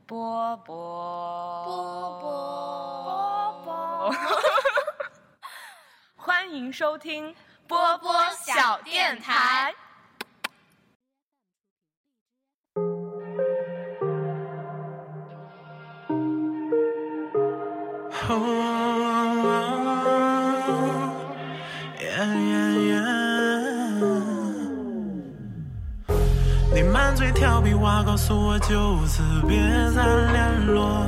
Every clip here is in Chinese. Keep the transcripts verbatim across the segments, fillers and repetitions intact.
波波波波波波，欢迎收听波波小电台。 Oh, yeah, yeah, yeah. 你满嘴调皮话告诉我就此别再联络，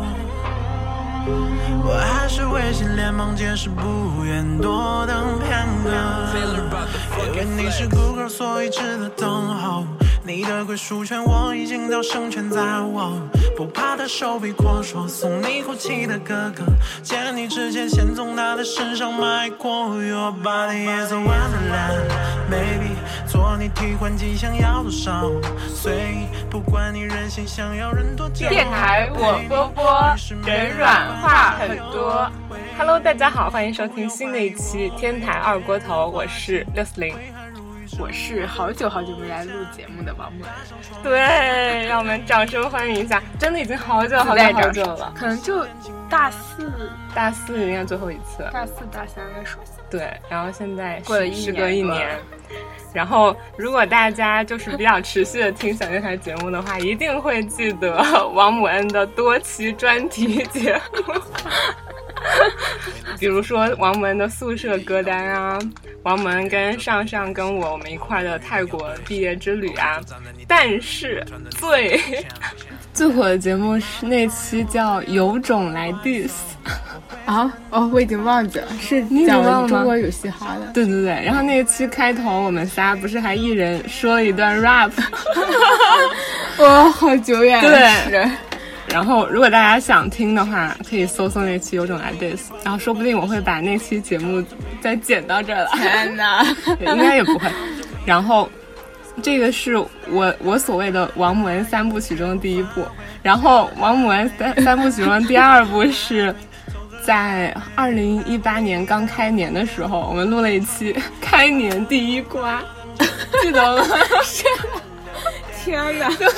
我还是微信连忙解释不愿多等片刻，因为你是孤客所以值得等候，你的归属权我已经都胜券在握，不怕他手臂阔绰，送你哭泣的哥哥，见你之前先从他的身上迈过。 Your body is a wonderland Baby 做你替换剂想要多少随意，不管你任性想要人多久。 电台我波波，人软话很多。Hello 大家好，欢迎收听新的一期天台二锅头，我是六四零。 我是好久好久没来录节目的王木兰。 对，让我们掌声欢迎一下，真的已经好久好久好久了， 可能就大四大四应该最后一次， 大四大三的时候。 对，然后现在过了一年， 时隔一年。然后如果大家就是比较持续的听小电台节目的话，一定会记得王母恩的多期专题节目。比如说王母恩的宿舍歌单啊，王母恩跟上上跟我我们一块的泰国毕业之旅啊，但是最最火的节目是那期叫有种来 diss 啊哦，我已经忘记了，是讲中国有嘻哈的。 对对对，然后那期开头我们仨不是还一人说了一段 rap， 哇，好久远了。 对。然后如果大家想听的话，可以搜搜那期有种来 diss， 然后说不定我会把那期节目再剪到这儿来。 天哪， 应该也不会。然后这个是我我所谓的王母恩三部曲中的第一部，然后王母恩三三部曲中的第二部是在二零一八年刚开年的时候，我们录了一期开年第一瓜，记得吗？ 天哪！ 对。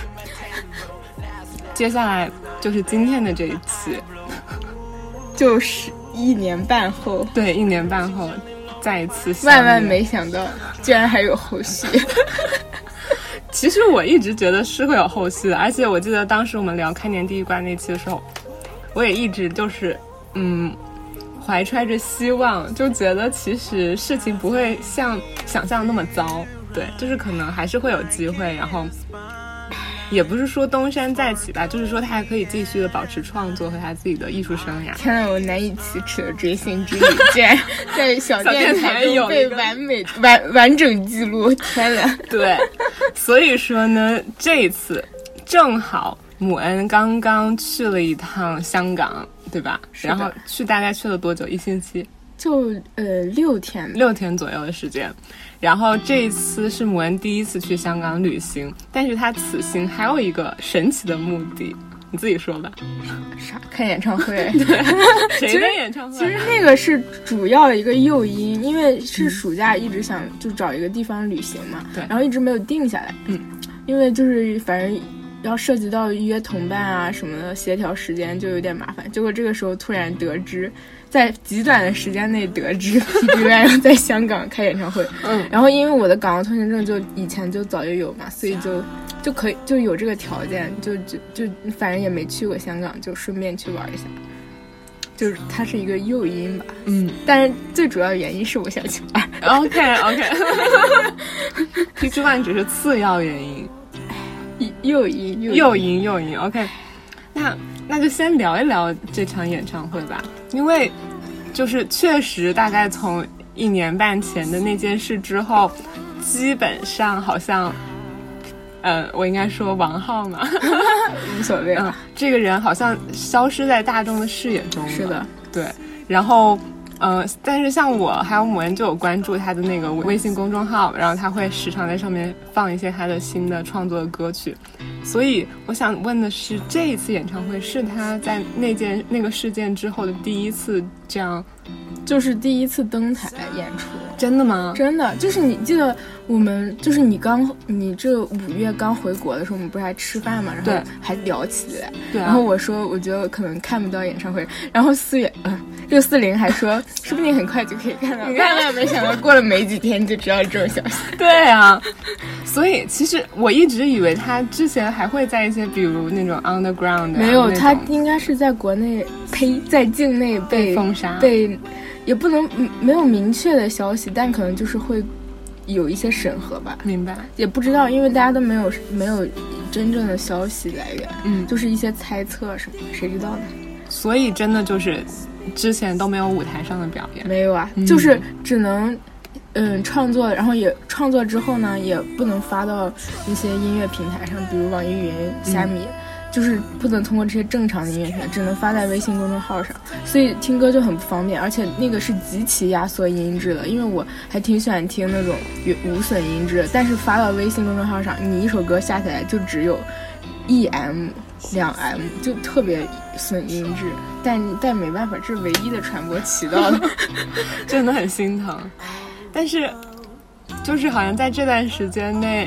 接下来就是今天的这一期， 就是一年半后， 对，一年半后再一次相遇。 万万没想到，居然还有后续。 其实我一直觉得是会有后续的，而且我记得当时我们聊开年第一关那期的时候，我也一直就是嗯，怀揣着希望，就觉得其实事情不会像想象那么糟，对，就是可能还是会有机会，然后。也不是说东山再起吧，就是说他还可以继续的保持创作和他自己的艺术生涯。 天哪，我难以启齿的追星之旅竟然在小电台中被完美完完整记录！天哪， 对，所以说呢，这一次正好母恩刚刚去了一趟香港，对吧？然后去大概去了多久？一星期？ 就呃六天， 六天左右的时间。然后这一次是母恩第一次去香港旅行，但是他此行还有一个神奇的目的，你自己说吧。 啥？看演唱会？ 对，谁的演唱会？ 其实那个是主要一个诱因，因为是暑假一直想就找一个地方旅行嘛， 对， 然后一直没有定下来， 嗯， 因为就是反正要涉及到约同伴啊什么的，协调时间就有点麻烦。结果这个时候突然得知。在极短的时间内得知 P G Y 要在香港开演唱会， 嗯， 然后因为我的港澳通行证就以前就早就有嘛，所以就就可以就有这个条件，就就就反正也没去过香港，就顺便去玩一下，就是它是一个诱因吧， 嗯， 但是最主要的原因是我想去玩。 OK OK，P G Y 只是次要原因， 诱因诱因诱因 OK， 那那就先聊一聊这场演唱会吧，因为就是确实大概从一年半前的那件事之后，基本上好像呃我应该说王浩嘛无所谓了、 嗯、这个人好像消失在大众的视野中了。 是的， 对，然后呃，但是像我还有母恩就有关注他的那个微信公众号，然后他会时常在上面放一些他的新的创作的歌曲，所以我想问的是，这一次演唱会是他在那件那个事件之后的第一次这样就是第一次登台演出。 真的吗？ 真的，就是你记得我们就是你刚你这五月刚回国的时候，我们不是还吃饭嘛，然后还聊起来。 对、啊。 然后我说我觉得可能看不到演唱会，然后四月嗯，六四零还说说不定很快就可以看到。万万没想到过了没几天就知道这种消息。 对啊，所以其实我一直以为他之前还会在一些比如那种 underground 的、啊、 没有，他应该是在国内呸，在境内被被封杀被。也不能没有明确的消息，但可能就是会有一些审核吧。 明白， 也不知道，因为大家都没有没有真正的消息来源， 嗯， 就是一些猜测什么，谁知道呢？ 所以真的就是之前都没有舞台上的表演， 没有啊，嗯、就是只能嗯创作，然后也创作之后呢，也不能发到一些音乐平台上，比如网易云、虾米。嗯，就是不能通过这些正常的音乐平台，只能发在微信公众号上，所以听歌就很不方便，而且那个是极其压缩音质的，因为我还挺喜欢听那种无损音质，但是发到微信公众号上，你一首歌下下来就只有一 M 两 M， 就特别损音质，但但没办法，这是唯一的传播渠道了。 真的很心疼。但是就是好像在这段时间内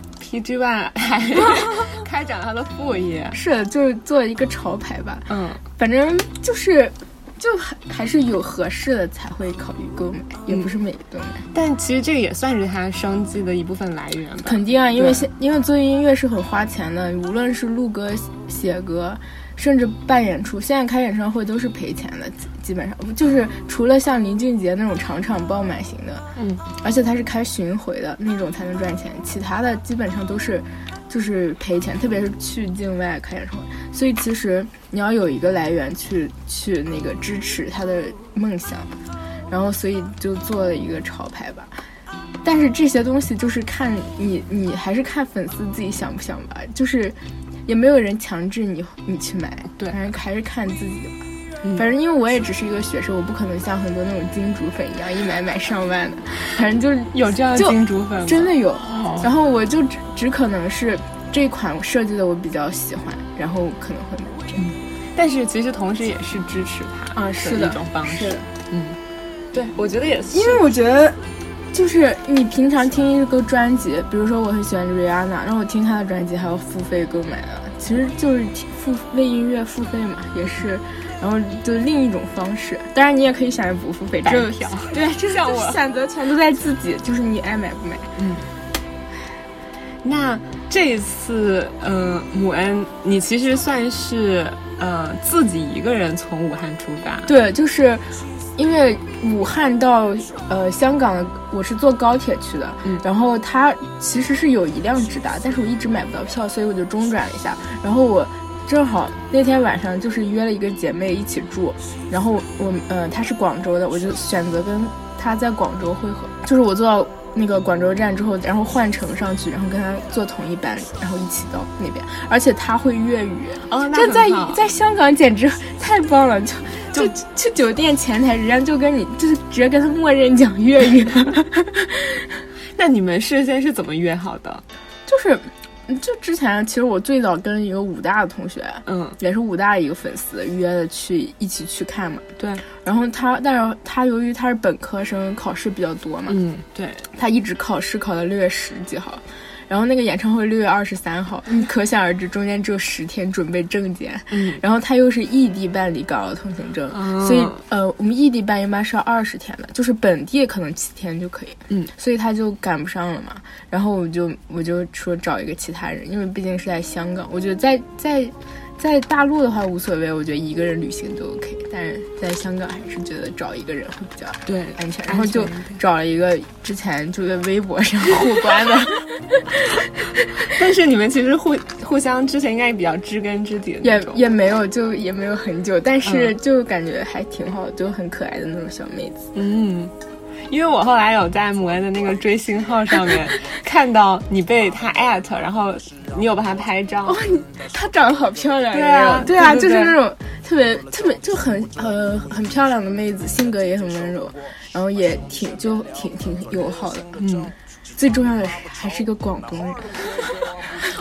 P G One 还开展了他的副业， 是的，就是做一个潮牌吧。 嗯， 反正就是就还还是有合适的才会考虑购买，也不是每个都买。 嗯、但其实这个也算是他生计的一部分来源吧。 肯定啊，因为因为做音乐是很花钱的，无论是录歌、写歌，甚至办演出，现在开演唱会都是赔钱的，基本上就是除了像林俊杰那种场场爆满型的， 嗯， 而且他是开巡回的那种才能赚钱，其他的基本上都是就是赔钱，特别是去境外开演唱会，所以其实你要有一个来源去去那个支持他的梦想，然后所以就做了一个潮牌吧。但是这些东西就是看你你还是看粉丝自己想不想吧，就是也没有人强制你你去买， 对， 反正还是看自己的吧。 嗯、 反正因为我也只是一个学生，我不可能像很多那种金主粉一样一买买上万的，反正就是有这样的金主粉吗？ 真的有、哦、然后我就只只可能是这一款设计的我比较喜欢，然后可能会买这样、嗯、 但是其实同时也是支持他啊，是的一种方式。 是的， 嗯，对，我觉得也是， 因为我觉得就是你平常听一个专辑，比如说我很喜欢 Rihanna， 然后我听她的专辑还要付费购买的，其实就是付为音乐付费嘛，也是，然后就另一种方式。当然你也可以选择不付费，这条对，这像我选择权都在自己，就是你爱买不买。 嗯。那这一次，呃，姆恩，你其实算是呃自己一个人从武汉出发。 对，就是因为武汉到呃香港，我是坐高铁去的， 嗯， 然后它其实是有一辆直达，但是我一直买不到票，所以我就中转了一下。然后我正好那天晚上就是约了一个姐妹一起住，然后我呃她是广州的，我就选择跟她在广州会合，就是我坐到那个广州站之后，然后换乘上去，然后跟他坐同一班，然后一起到那边。而且他会粤语， 哦， 这在在香港简直太棒了！就就就去酒店前台，人家就跟你就是直接跟他默认讲粤语。 那你们事先是怎么约好的？ 就是就之前其实我最早跟一个武大的同学， 嗯， 也是武大一个粉丝约的去一起去看嘛。 对， 然后他但是他由于他是本科生，考试比较多嘛， 嗯，对， 他一直考试考到六月十几号，然后那个演唱会六月二十三号，你可想而知中间只有十天准备证件， 嗯， 然后他又是异地办理港澳通行证， 哦， 所以呃我们异地办一般是要二十天的，就是本地可能七天就可以， 嗯， 所以他就赶不上了嘛，然后我就我就说找一个其他人，因为毕竟是在香港，我觉得在在在大陆的话无所谓，我觉得一个人旅行都 OK， 但是在香港还是觉得找一个人会比较对安全，然后就找了一个之前就在微博上互关的。 但是你们其实互互相之前应该比较知根知底的那种， 也也没有，就也没有很久，但是就感觉还挺好的，就很可爱的那种小妹子。 嗯，因为我后来有在姆恩的那个追星号上面看到你被他艾特，然后你有帮他拍照。 哦，她长得好漂亮。 对啊， 对啊， 对对对， 就是那种特别特别就很呃很漂亮的妹子，性格也很温柔，然后也挺就挺挺友好的。 嗯。 最重要的是还是一个广东人。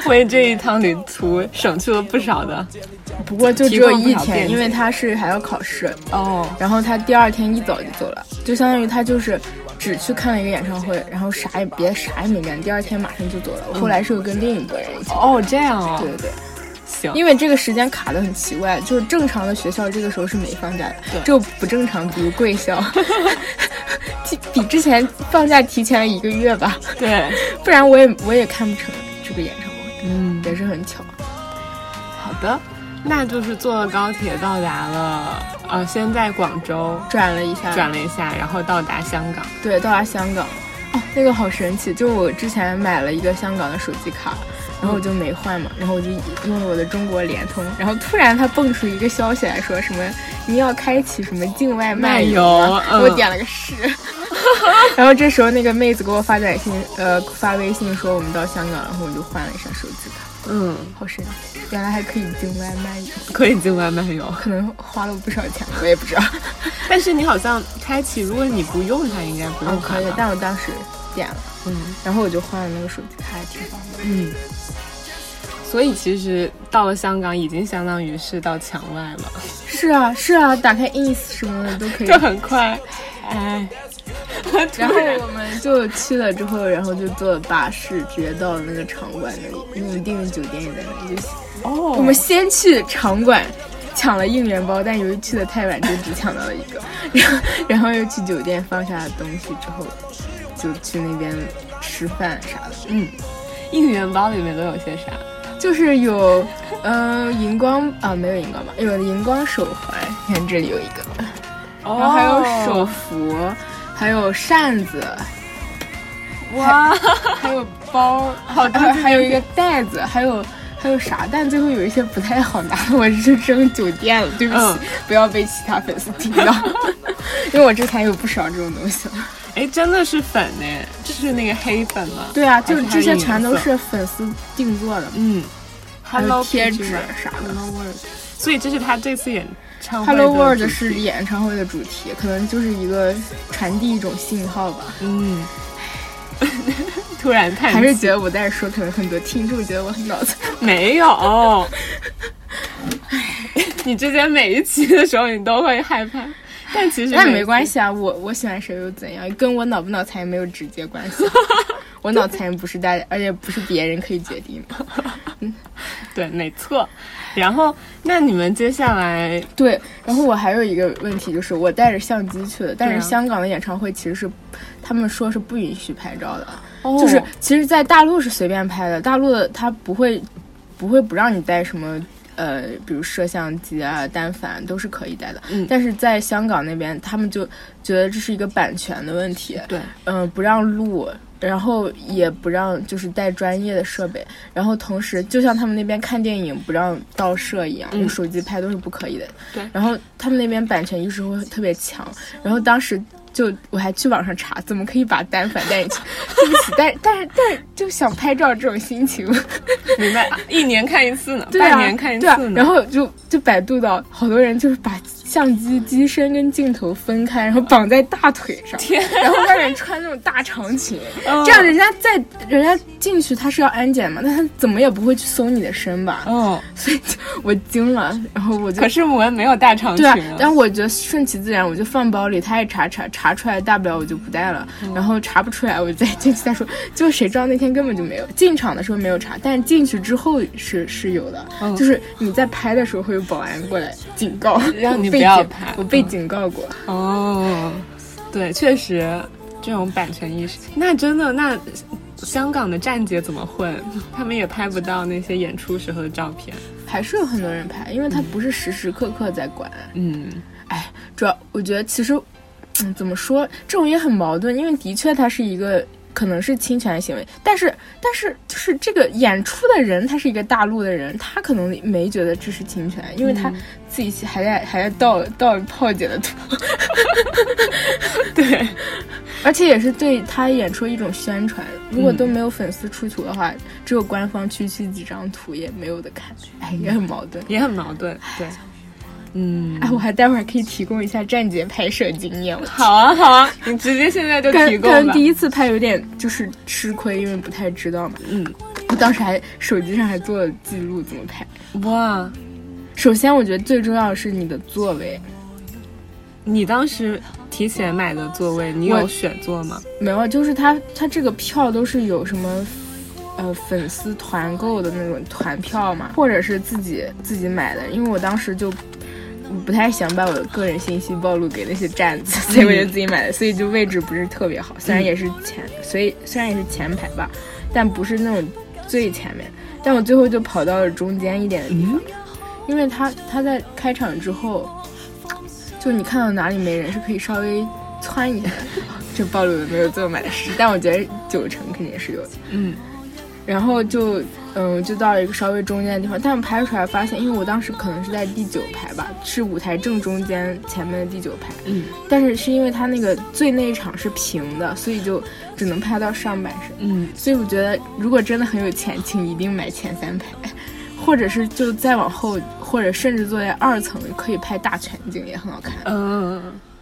为这一趟旅途省去了不少的。 不过就只有一天，因为他是还要考试哦。 然后他第二天一早就走了，就相当于他就是只去看了一个演唱会，然后啥也别啥也没干，第二天马上就走了。我后来是有跟另一拨人一起。 哦，这样哦。 对对对。 行， 因为这个时间卡得很奇怪，就是正常的学校这个时候是没放假的，只有不正常，比如贵校，比之前放假提前了一个月吧。 对， 不然我也我也看不成这个演唱会。 嗯， 也是很巧。 好的，那就是坐了高铁到达了，呃，先在广州转了一下， 转了一下，然后到达香港。 对，到达香港。哦，那个好神奇，就我之前买了一个香港的手机卡。然后我就没换嘛，然后我就用了我的中国联通，然后突然它蹦出一个消息来说什么你要开启什么境外漫游， 嗯、 我点了个是，然后这时候那个妹子给我发短信，呃，发微信说我们到香港，然后我就换了一下手机卡。 嗯， 好神奇，原来还可以境外漫游， 可以境外漫游， 可能花了不少钱，我也不知道。 但是你好像开启，如果你不用它，应该不用、 哦、可以，但我当时点了， 嗯， 然后我就换了那个手机卡，还挺方便。 嗯。所以其实到了香港已经相当于是到墙外了。 是啊是啊，打开 ins 什么的都可以， 就很快。哎， 然后我们就去了之后，然后就坐了巴士直接到了那个场馆那里，因为我们订的酒店也在那里。就哦， 我们先去场馆抢了应援包，但由于去的太晚，就只抢到了一个。然后然后又去酒店放下了东西之后，就去那边吃饭啥的。 嗯，应援包里面都有些啥？ 就是有，嗯、呃，荧光啊，没有荧光吧，有荧光手环，你看这里有一个， 哦、 然后还有手幅，还有扇子， 哇， 还有包， 好多， 还有一个袋子，还有还有啥？但最后有一些不太好拿，我是扔酒店了，对不起，嗯、不要被其他粉丝听到，因为我之前有不少这种东西了。 哎，真的是粉呢，这是那个黑粉吗？ 对啊，就这些全都是粉丝定做的。 嗯， 还有贴纸啥的。 Hello World， 所以这是他这次演唱会的 Hello World 是演唱会的主题，可能就是一个传递一种信号吧。 嗯，突然叹气， 还是觉得我在说，可能很多听众觉得我很脑残。 没有，你之前每一期的时候，你都会害怕。但其实那没关系啊，我我喜欢谁又怎样，跟我脑不脑残也没有直接关系。我脑残不是大家，而且不是别人可以决定的。 嗯，对，没错。然后，那你们接下来对，然后我还有一个问题，就是我带着相机去的，但是香港的演唱会其实是，他们说是不允许拍照的， 哦、 就是其实，在大陆是随便拍的，大陆的他不会不会不让你带什么。呃，比如摄像机啊、单反都是可以带的， 嗯， 但是在香港那边，他们就觉得这是一个版权的问题， 对， 嗯、呃，不让录，然后也不让就是带专业的设备，然后同时就像他们那边看电影不让盗摄一样， 嗯、 用手机拍都是不可以的， 对， 然后他们那边版权意识会特别强，然后当时。就我还去网上查，怎么可以把单反带进去？对不起，但但是但是就想拍照这种心情， 明白？一年看一次呢， 对啊、 半年看一次呢。 对啊、然后就就百度到，好多人就是把相机机身跟镜头分开，然后绑在大腿上， 天， 然后外面穿那种大长裙，哦、这样人家在人家进去他是要安检嘛，但他怎么也不会去搜你的身吧？ 哦， 所以我惊了，然后我就可是我们没有大长裙啊。对啊，但我觉得顺其自然，我就放包里，他也查查查。查出来大不了我就不带了，嗯、然后查不出来我就再进去再说。就谁知道那天根本就没有，进场的时候没有查，但是进去之后是是有的、嗯，就是你在拍的时候会有保安过来警告， 让你不要拍。 我被警告过。 嗯、哦，对，确实这种版权意识，那真的那香港的站姐怎么混？他们也拍不到那些演出时候的照片。 还是有很多人拍，因为他不是时时刻刻在管。 嗯， 哎，主要我觉得其实。嗯，怎么说？这种也很矛盾，因为的确它是一个可能是侵权行为，但是但是就是这个演出的人他是一个大陆的人，他可能没觉得这是侵权，因为他自己还在、嗯、还在盗盗炮姐的图， 对， 而且也是对他演出一种宣传。如果都没有粉丝出图的话，嗯、只有官方区区几张图也没有的看，哎，也很矛盾， 也很矛盾，对。嗯， 哎，我还待会儿可以提供一下站姐拍摄经验。 好啊，好啊，你直接现在就提供吧。 可能第一次拍有点就是吃亏，因为不太知道嘛。 嗯， 我当时还手机上还做了记录怎么拍。 哇， 首先我觉得最重要的是你的座位。 你当时提前买的座位，你有选座吗？ 没有，就是他他这个票都是有什么呃粉丝团购的那种团票嘛，或者是自己自己买的。因为我当时就不太想把我的个人信息暴露给那些站子，所以我就自己买的，所以就位置不是特别好，虽然也是前，所以虽然也是前排吧，但不是那种最前面。但我最后就跑到了中间一点的地方，因为他他在开场之后。就你看到哪里没人是可以稍微窜一下的，这暴露的没有做买的事，但我觉得九成肯定是有的。 嗯， 然后就嗯就到了一个稍微中间的地方，但我拍出来发现，因为我当时可能是在第九排吧，是舞台正中间前面的第九排。 嗯， 但是是因为它那个最内场是平的，所以就只能拍到上半身。 嗯， 所以我觉得如果真的很有钱，请一定买前三排。或者是就再往后，或者甚至坐在二层，可以拍大全景，也很好看。 嗯，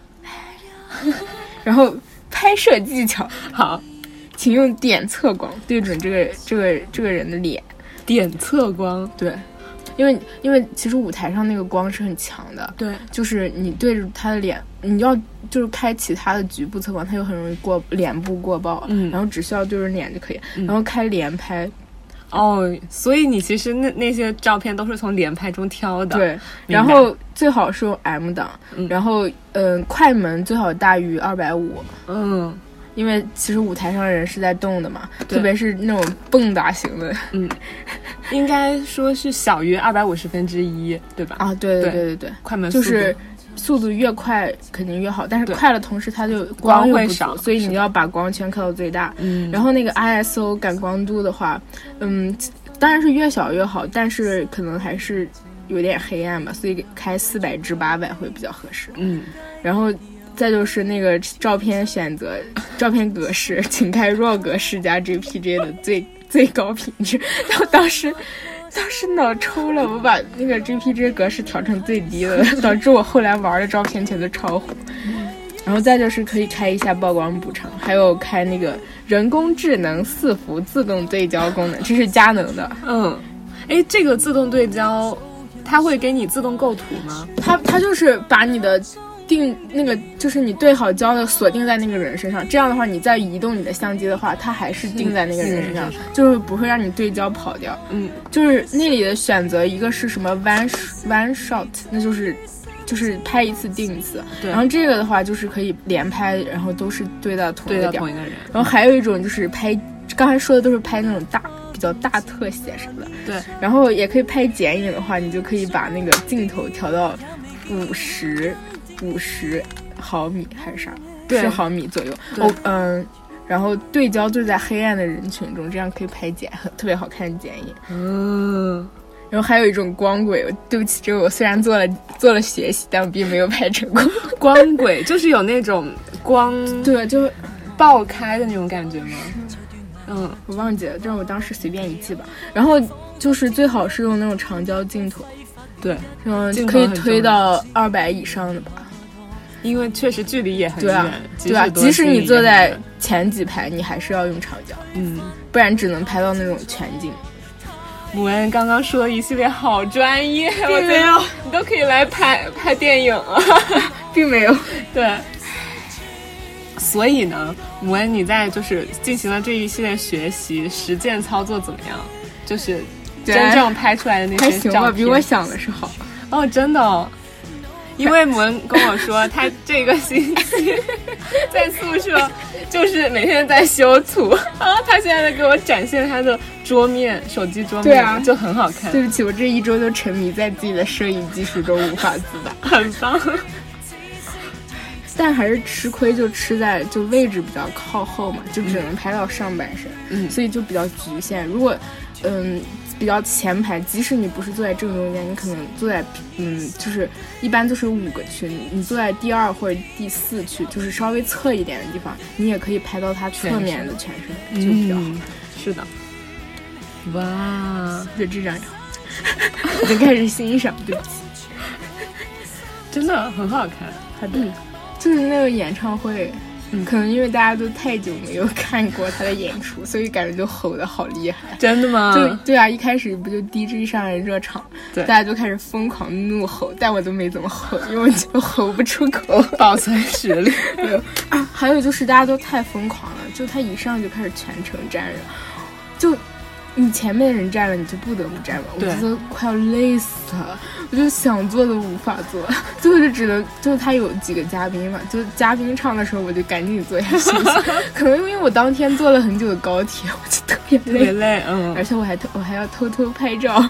然后拍摄技巧好， 请用点测光对准这个这个这个人的脸。 点测光， 对，因为因为其实舞台上那个光是很强的， 对， 就是你对着他的脸，你要就是开其他的局部测光，它又很容易过脸部过曝， 嗯， 然后只需要对着脸就可以， 嗯、 然后开连拍。 哦，所以你其实那那些照片都是从连拍中挑的， 对，然后最好是用 M 档， 嗯、 然后嗯、呃，快门最好大于二百五， 嗯， 因为其实舞台上的人是在动的嘛，特别是那种蹦跶型的， 嗯，应该说是小于二百五十分之一，对吧？ 啊，对对对对对， 快门就是速度越快肯定越好，但是快了同时它就光会少， 所以你要把光圈开到最大。 嗯， 然后那个 I S O 感光度的话，嗯，当然是越小越好，但是可能还是有点黑暗吧，所以开四百至八百会比较合适。 嗯， 然后再就是那个照片选择，照片格式，请开 RAW 格式加 J P G 的最最高品质。然后当时。当时脑抽了，我把那个 J P G 格式调成最低的，导致我后来玩的照片全都超糊。然后再就是可以开一下曝光补偿，还有开那个人工智能四幅自动对焦功能，这是佳能的。 嗯，哎，这个自动对焦，它会给你自动构图吗？ 它它就是把你的。定那个就是你对好焦的锁定在那个人身上，这样的话你再移动你的相机的话，它还是定在那个人身上，就是不会让你对焦跑掉。 嗯， 就是那里的选择一个是什么 one one shot， 那就是就是拍一次定一次。 对。 然后这个的话就是可以连拍，然后都是对到同一个点。 对到同一个人。 然后还有一种就是拍，刚才说的都是拍那种大比较大特写什么的。 对。 然后也可以拍剪影的话，你就可以把那个镜头调到五十。五十毫米还是啥？十毫米左右。哦，嗯，然后对焦就在黑暗的人群中，这样可以拍剪，特别好看的剪影。 嗯。 然后还有一种光轨，对不起，这个我虽然做了做了学习，但我并没有拍成功。 光轨就是有那种光， 对，就爆开的那种感觉吗？嗯， 我忘记了，这是我当时随便一记吧。然后就是最好是用那种长焦镜头。 对， 嗯，可以推到二百以上的吧， 因为确实距离也很远， 对啊，对啊，即使你坐在前几排，你还是要用长焦， 嗯， 不然只能拍到那种全景。 母恩刚刚说的一系列好专业， 并没有， 你都可以来拍拍电影了， 并没有， 对。所以呢，母恩你在就是进行了这一系列学习实践操作怎么样？就是真正拍出来的那些照片， 还行吧，比我想的是好。 哦，真的哦。因为母恩跟我说，他这个星期在宿舍就是每天在修图啊，他现在在给我展现他的桌面，手机桌面， 对啊， 就很好看。 对不起，我这一周都沉迷在自己的摄影技术中无法自拔， 很棒。 但还是吃亏，就吃在就位置比较靠后嘛，就只能拍到上半身， 嗯， 所以就比较局限。如果嗯。比较前排，即使你不是坐在正中间，你可能坐在嗯，就是一般都是五个区，你你坐在第二或者第四区，就是稍微侧一点的地方，你也可以拍到它侧面的全身，就比较好。 嗯、是的，哇， 就这张，已经开始欣赏，对不起， 真的很好看， 它的、嗯、就是那个演唱会嗯，可能因为大家都太久没有看过他的演出，所以感觉就吼得好厉害。 真的吗？ 就对啊，一开始不就 D J 上来热场， 对， 大家就开始疯狂怒吼，但我都没怎么吼，因为就吼不出口， 保存实力。 对啊，还有就是大家都太疯狂了，就他一上就开始全程站着，就。你前面的人站了，你就不得不站了。我觉得快要累死了，我就想做都无法做，最后就只能就是他有几个嘉宾嘛，就嘉宾唱的时候，我就赶紧坐下休息。可能因为我当天坐了很久的高铁，我就特别累， 特别累，嗯， 而且我还我还要偷偷拍照。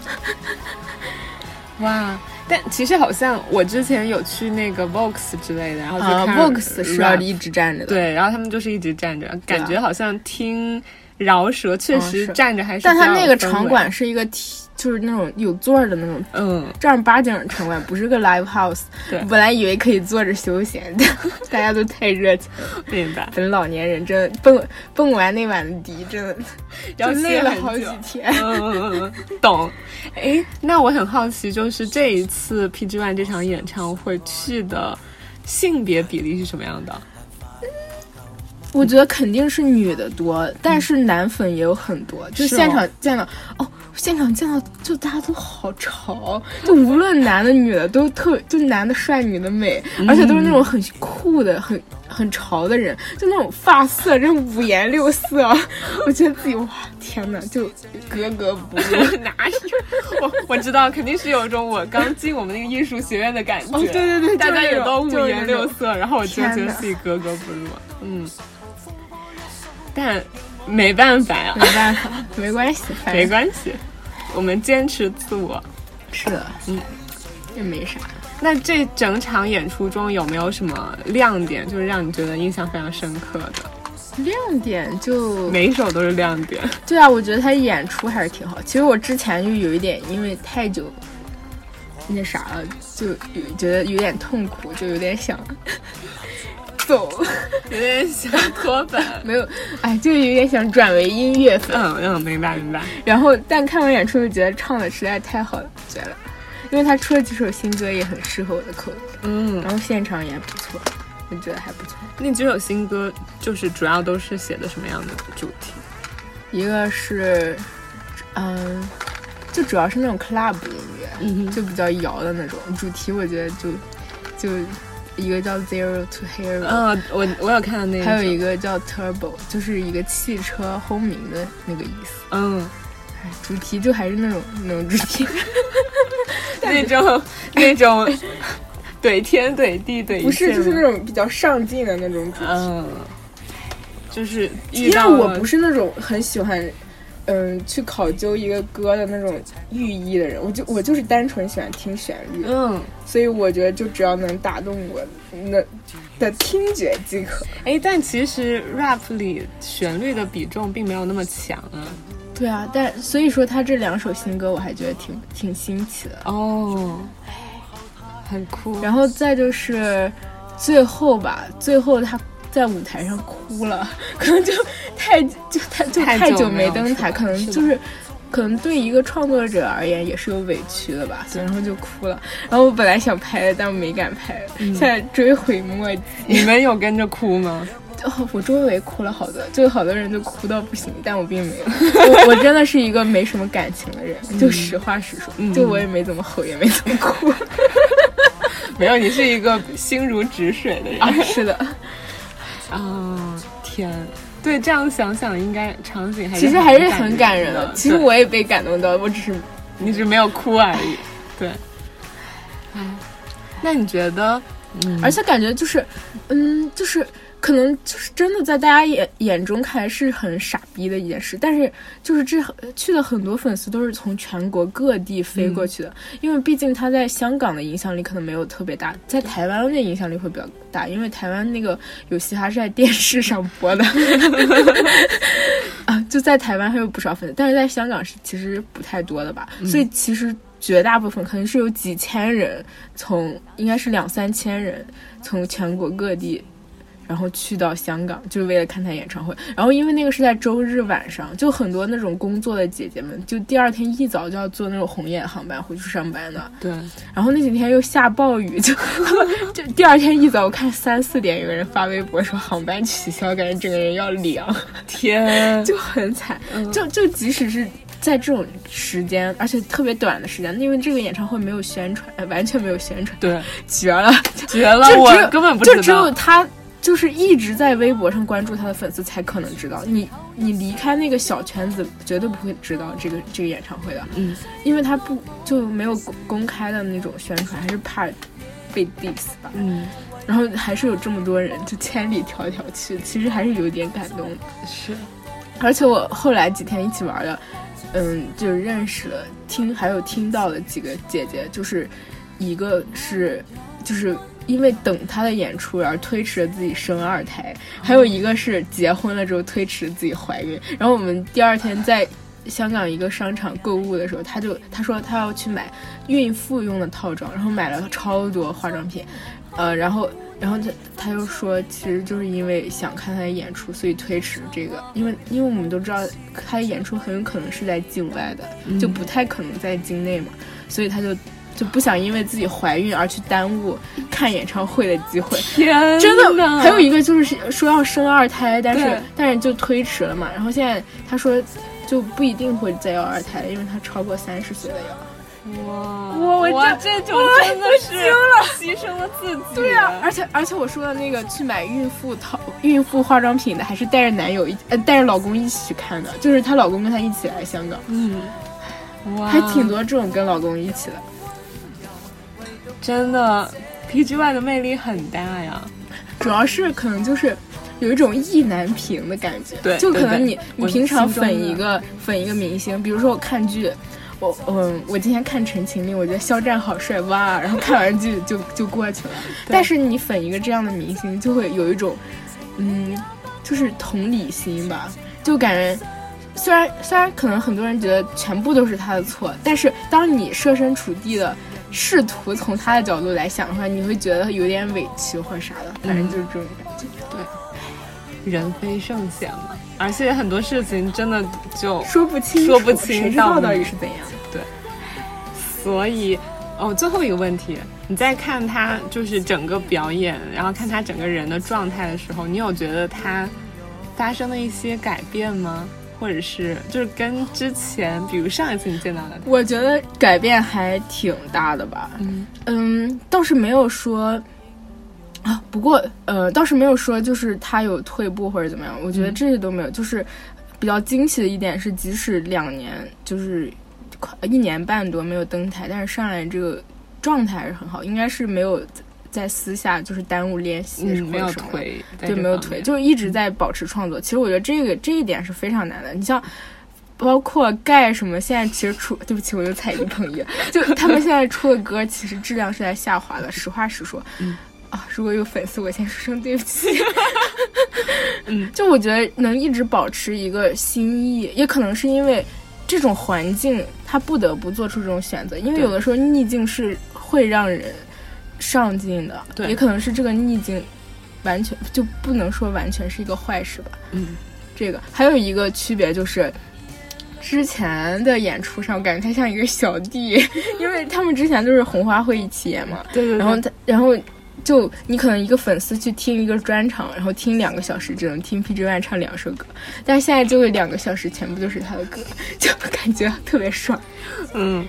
哇！但其实好像我之前有去那个 Vox 之类的，然后去看、 啊、Vox 是要一直站着的， 对，然后他们就是一直站着，感觉好像听。饶舌确实站着还是， 但他那个场馆是一个就是那种有座的那种， 嗯， 正儿八经的场馆，不是个 live house。 对， 本来以为可以坐着休闲的，大家都太热情了。 明白。 等老年人真的蹦蹦完那晚的迪，真的要累了好几天。 嗯嗯嗯，懂。哎，那我很好奇，就是这一次 P G One 这场演唱会去的性别比例是什么样的？ 我觉得肯定是女的多，但是男粉也有很多。就现场见到 哦, 哦，现场见到就大家都好潮，就无论男的女的都特，就男的帅，女的美，而且都是那种很酷的、很很潮的人，就那种发色真五颜六色。我觉得自己哇，天哪，就格格不入。 哪有？我我知道，肯定是有一种我刚进我们那个艺术学院的感觉。 哦，对对对， 大家也都五颜六色， 就是、 然后我就觉得自己格格不入。嗯。但没办法呀、啊， 没办法，没关系， 没关系，我们坚持自我。 是的， 嗯， 也没啥。 那这整场演出中有没有什么亮点，就是让你觉得印象非常深刻的？ 亮点就每一首都是亮点。 对啊，我觉得他演出还是挺好。其实我之前就有一点，因为太久那啥了，就有觉得有点痛苦，就有点想。走， 有点想脱粉， 没有，哎，就有点想转为音乐粉。 嗯嗯，明白明白。 然后，但看完演出就觉得唱的实在太好了，绝了。因为他出了几首新歌，也很适合我的口味。 嗯， 然后现场也不错，我觉得还不错。 那几首新歌就是主要都是写的什么样的主题？ 一个是，嗯，就主要是那种 club 音乐， 嗯， 就比较摇的那种主题。我觉得就就。一个叫 Zero to Hero， 嗯，我我有看到那个， 还有一个叫 Turbo， 就是一个汽车轰鸣的那个意思。 嗯， 哎，主题就还是那种那种主题， 那种那种怼天怼地怼， 不是，就是那种比较上进的那种主题。 嗯，就是因为我不是那种很喜欢。嗯，去考究一个歌的那种寓意的人，我就我就是单纯喜欢听旋律， 嗯， 所以我觉得就只要能打动我那的听觉即可。 哎，但其实 rap 里旋律的比重并没有那么强啊。 对啊，但所以说他这两首新歌我还觉得挺挺新奇的哦，很酷。 然后再就是最后吧，最后他。在舞台上哭了，可能就太就太就太久没登台，可能就是可能对一个创作者而言也是有委屈的吧，然后就哭了。然后我本来想拍的，但我没敢拍，嗯、现在追悔莫及。 你们有跟着哭吗？ 哦，我周围哭了好多，就好多人都哭到不行，但我并没有。我我真的是一个没什么感情的人，就实话实说，嗯、就我也没怎么吼，也没怎么哭。 没有，你是一个心如止水的人。 啊，是的。 啊、哦，天！对，这样想想，应该场景还是其实还是很感人的。 的其实我也被感动到，我只是你只没有哭而已。对，哎，那你觉得？嗯， 而且感觉就是，嗯，就是可能就是真的在大家眼眼中看来是很傻逼的一件事，但是就是这去的很多粉丝都是从全国各地飞过去的，嗯、因为毕竟他在香港的影响力可能没有特别大，在台湾的影响力会比较大，因为台湾那个有嘻哈是在电视上播的，啊，就在台湾还有不少粉丝，但是在香港是其实不太多的吧，嗯、所以其实。绝大部分可能是有几千人，从应该是两三千人，从全国各地然后去到香港，就是为了看他演唱会。然后因为那个是在周日晚上，就很多那种工作的姐姐们，就第二天一早就要坐那种红眼航班回去上班的。 对。 然后那几天又下暴雨，就就第二天一早，我看三四点有个人发微博说航班取消，感觉整个人要凉， 天， 就很惨。 嗯、 就就即使是在这种时间，而且特别短的时间，因为这个演唱会没有宣传，完全没有宣传， 对， 绝了， 绝了，我根本不知道， 就只有他。就是一直在微博上关注他的粉丝才可能知道，你你离开那个小圈子绝对不会知道这个这个演唱会的， 嗯， 因为他不就没有公开的那种宣传，还是怕被 diss 吧， 嗯， 然后还是有这么多人就千里迢迢去，其实还是有点感动的， 是， 而且我后来几天一起玩的，嗯，就认识了听还有听到了几个姐姐，就是一个是就是因为等他的演出而推迟了自己生二胎，还有一个是结婚了之后推迟自己怀孕。然后我们第二天在香港一个商场购物的时候，他就他说他要去买孕妇用的套装，然后买了超多化妆品，呃，然后然后他他又说其实就是因为想看他的演出，所以推迟这个，因为因为我们都知道他的演出很有可能是在境外的， 嗯、 就不太可能在境内嘛，所以他就。就不想因为自己怀孕而去耽误看演唱会的机会。 天， 真的。还有一个就是说要生二胎，但是但是就推迟了嘛。然后现在他说就不一定会再要二胎了，因为他超过三十岁了要。 哇， 我我这这种真的是牺牲了自己。 对啊，而且而且我说的那个去买孕妇套、孕妇化妆品的，还是带着男友一呃带着老公一起去看的，就是她老公跟她一起来香港。 嗯，哇， 还挺多这种跟老公一起的。 真的 P G Y 的魅力很大呀， 主要是可能就是有一种意难平的感觉。 对， 就可能你你平常粉一个粉一个明星，比如说我看剧，我嗯我今天看陈情令，我觉得肖战好帅哇，然后看完剧就就过去了。但是你粉一个这样的明星，就会有一种嗯就是同理心吧，就感觉虽然虽然可能很多人觉得全部都是他的错，但是当你设身处地的试图从他的角度来想的话，你会觉得有点委屈或啥的，反正就是这种感觉。 嗯、对，人非圣贤嘛，而且很多事情真的就说不清， 说不清， 谁知道到底是怎样。 对，所以哦，最后一个问题，你在看他就是整个表演，然后看他整个人的状态的时候，你有觉得他发生了一些改变吗？或者是就是跟之前比如上一次你见到的他， 我觉得改变还挺大的吧。 嗯嗯，倒是没有说啊，不过呃倒是没有说就是他有退步或者怎么样，我觉得这些都没有、嗯、就是比较惊喜的一点是即使两年就是一年半多没有登台，但是上来这个状态还是很好，应该是没有在私下就是耽误练习、 嗯、没有退， 对，没有退，就是一直在保持创作。其实我觉得这个这一点是非常难的。你像包括盖什么，现在其实出，对不起，我又踩一捧一，就他们现在出的歌，其实质量是在下滑的。实话实说， 嗯啊，如果有粉丝，我先说声对不起。 嗯， 就我觉得能一直保持一个新意，也可能是因为这种环境，他不得不做出这种选择，因为有的时候逆境是会让人上进的， 对， 也可能是这个逆境完全就不能说完全是一个坏事吧。 嗯， 这个还有一个区别就是之前的演出上我感觉他像一个小弟，因为他们之前都是红花会一起演嘛， 对对对， 然后他然后就你可能一个粉丝去听一个专场，然后听两个小时只能听 P G Y 唱两首歌，但是现在就会两个小时全部都是他的歌，就感觉特别爽。 嗯，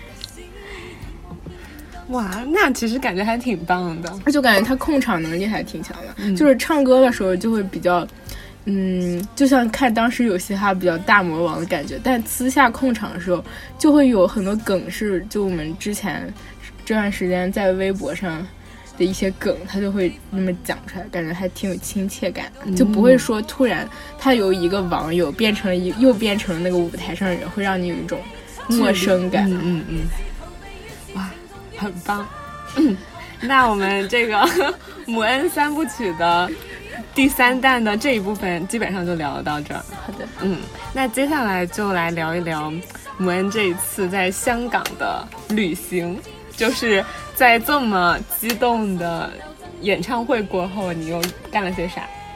哇，那其实感觉还挺棒的， 就感觉他控场能力还挺强的、 嗯、 就是唱歌的时候就会比较嗯，就像看当时有嘻哈比较大魔王的感觉，但私下控场的时候就会有很多梗是就我们之前这段时间在微博上的一些梗，他就会那么讲出来，感觉还挺有亲切感的、嗯、就不会说突然他由一个网友变成了一又变成了那个舞台上的人，会让你有一种陌生感。 嗯嗯嗯，哇，很棒。嗯，那我们这个母恩三部曲的第三弹的这一部分基本上就聊到这儿。 好的， 嗯，那接下来就来聊一聊母恩这一次在香港的旅行，就是在这么激动的演唱会过后，你又干了些啥？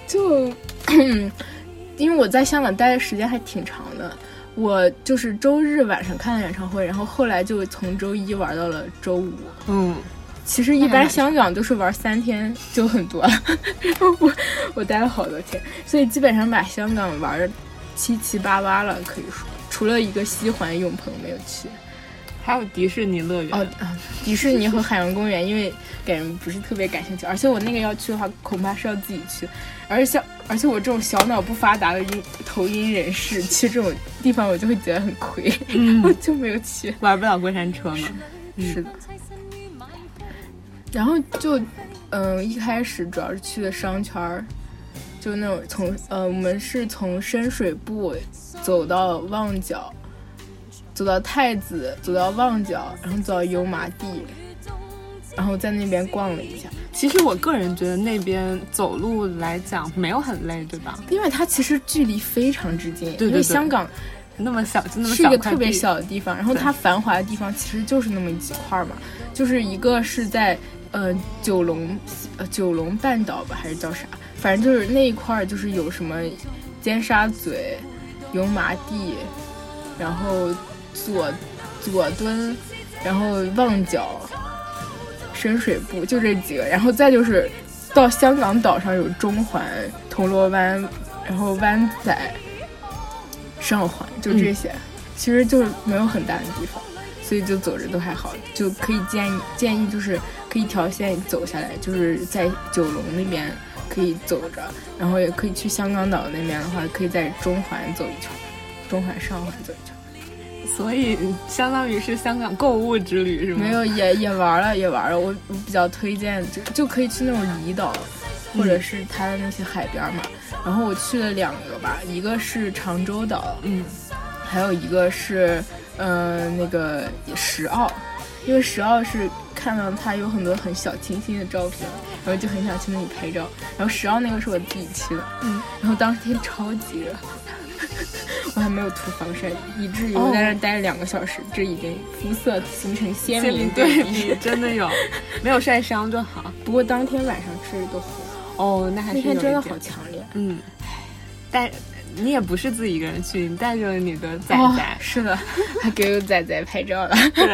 就因为我在香港待的时间还挺长的，我就是周日晚上看了演唱会，然后后来就从周一玩到了周五。 嗯， 其实一般香港都是玩三天就很多了，然后我我待了好多天，所以基本上把香港玩的七七八八了，可以说除了一个西环永朋没有去。 还有迪士尼乐园哦啊，迪士尼和海洋公园，因为感觉不是特别感兴趣，而且我那个要去的话，恐怕是要自己去，而且像而且我这种小脑不发达的晕头晕人士，去这种地方我就会觉得很亏，嗯、我就没有去， 玩不了过山车嘛。 是, 是的。然后就嗯、呃，一开始主要是去的商圈，就那种从呃，我们是从深水埗走到旺角。走到太子，走到旺角，然后走到油麻地，然后在那边逛了一下。 其实我个人觉得那边走路来讲没有很累，对吧？ 因为它其实距离非常之近， 对对对， 因为香港那么小，就那么是一个特别小的地方，然后它繁华的地方其实就是那么几块嘛，就是一个是在呃九龙呃九龙半岛吧，还是叫啥？反正就是那一块就是有什么尖沙咀、油麻地，然后。左左敦，然后旺角、深水埗，就这几个，然后再就是到香港岛上有中环、铜锣湾，然后湾仔、上环，就这些、嗯，其实就是没有很大的地方，所以就走着都还好，就可以建议建议就是可以一条线走下来，就是在九龙那边可以走着，然后也可以去香港岛那边的话，可以在中环走一圈，中环上环走一圈。 所以相当于是香港购物之旅是吗？ 没有，也也玩了，也玩了。我我比较推荐，就就可以去那种离岛，或者是它的那些海边嘛。嗯、然后我去了两个吧，一个是长洲岛， 嗯， 还有一个是呃那个石澳，因为石澳是看到它有很多很小清新的照片，然后就很想去那里拍照。然后石澳那个是我自己去的， 嗯， 然后当时天超级热。我还没有涂防晒，以至于我在那待了两个小时，哦、这已经肤色形成鲜明对比，真的有，没有晒伤就好。 不过当天晚上吃的都红哦，那还是有那天真的好强烈。 嗯，带你也不是自己一个人去，你带着你的仔仔、 哦，是的，还给我仔仔拍照了。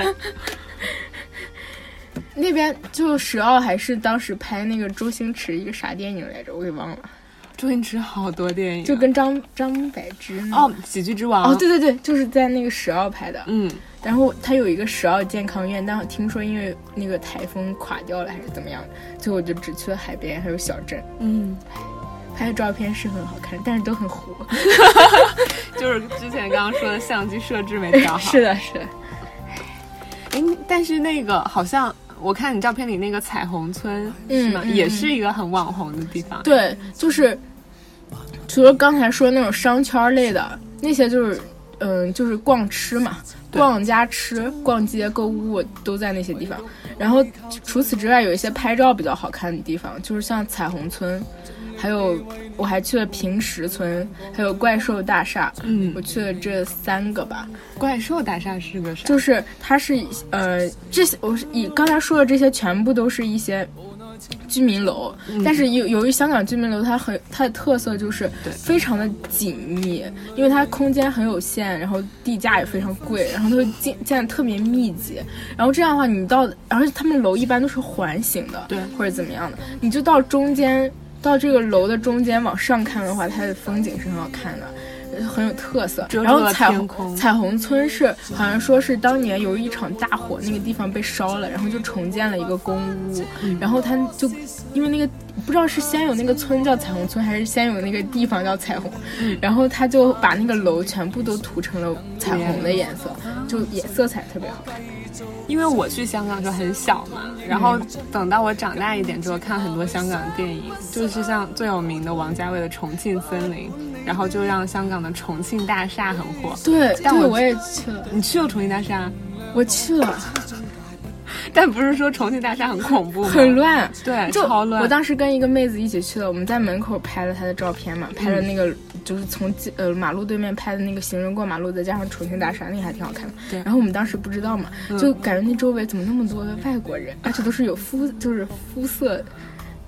那边就石澳还是当时拍那个周星驰一个啥电影来着，我给忘了。 周星驰好多电影， 就跟张张柏芝哦，喜剧之王哦，对对对，就是在那个石澳拍的。 嗯， 然后他有一个石澳健康院，但我听说因为那个台风垮掉了还是怎么样，最后我就只去了海边还有小镇。 嗯， 拍的照片是很好看，但是都很糊。 就是之前刚刚说的相机设置没调好。 是的，是的。 哎，但是那个好像。我看你照片里那个彩虹村是吗、嗯嗯、也是一个很网红的地方。 对，就是除了刚才说那种商圈类的那些，就是嗯就是逛吃嘛，逛加吃，逛街购物都在那些地方。然后除此之外有一些拍照比较好看的地方，就是像彩虹村，还有我还去了平石村，还有怪兽大厦。 嗯， 我去了这三个吧。 怪兽大厦是个啥？ 就是它是呃这些我是以刚才说的这些全部都是一些居民楼、嗯、但是由由于香港居民楼它很它的特色就是非常的紧密，因为它空间很有限，然后地价也非常贵，然后它会建建得特别密集，然后这样的话你到而且他们楼一般都是环形的， 对， 或者怎么样的，你就到中间到这个楼的中间往上看的话，它的风景是很好看的，很有特色。然后彩虹彩虹村是好像说是当年有一场大火，那个地方被烧了，然后就重建了一个公屋、嗯、然后它就因为那个不知道是先有那个村叫彩虹村还是先有那个地方叫彩虹、嗯、然后他就把那个楼全部都涂成了彩虹的颜色、嗯、就也色彩特别好看。 因为我去香港就很小嘛，然后等到我长大一点之后看很多香港的电影，就是像最有名的王家卫的《重庆森林》，然后就让香港的重庆大厦很火。 对， 但我我也去了。 你去了重庆大厦？ 我去了。 但不是说重庆大厦很恐怖吗？ 很乱， 对，超乱。 我当时跟一个妹子一起去的，我们在门口拍了她的照片嘛，拍了那个、嗯、就是从呃马路对面拍的那个行人过马路，再加上重庆大厦，那个还挺好看的。 对。然后我们当时不知道嘛，就感觉那周围怎么那么多的外国人，而且都是有肤就是肤色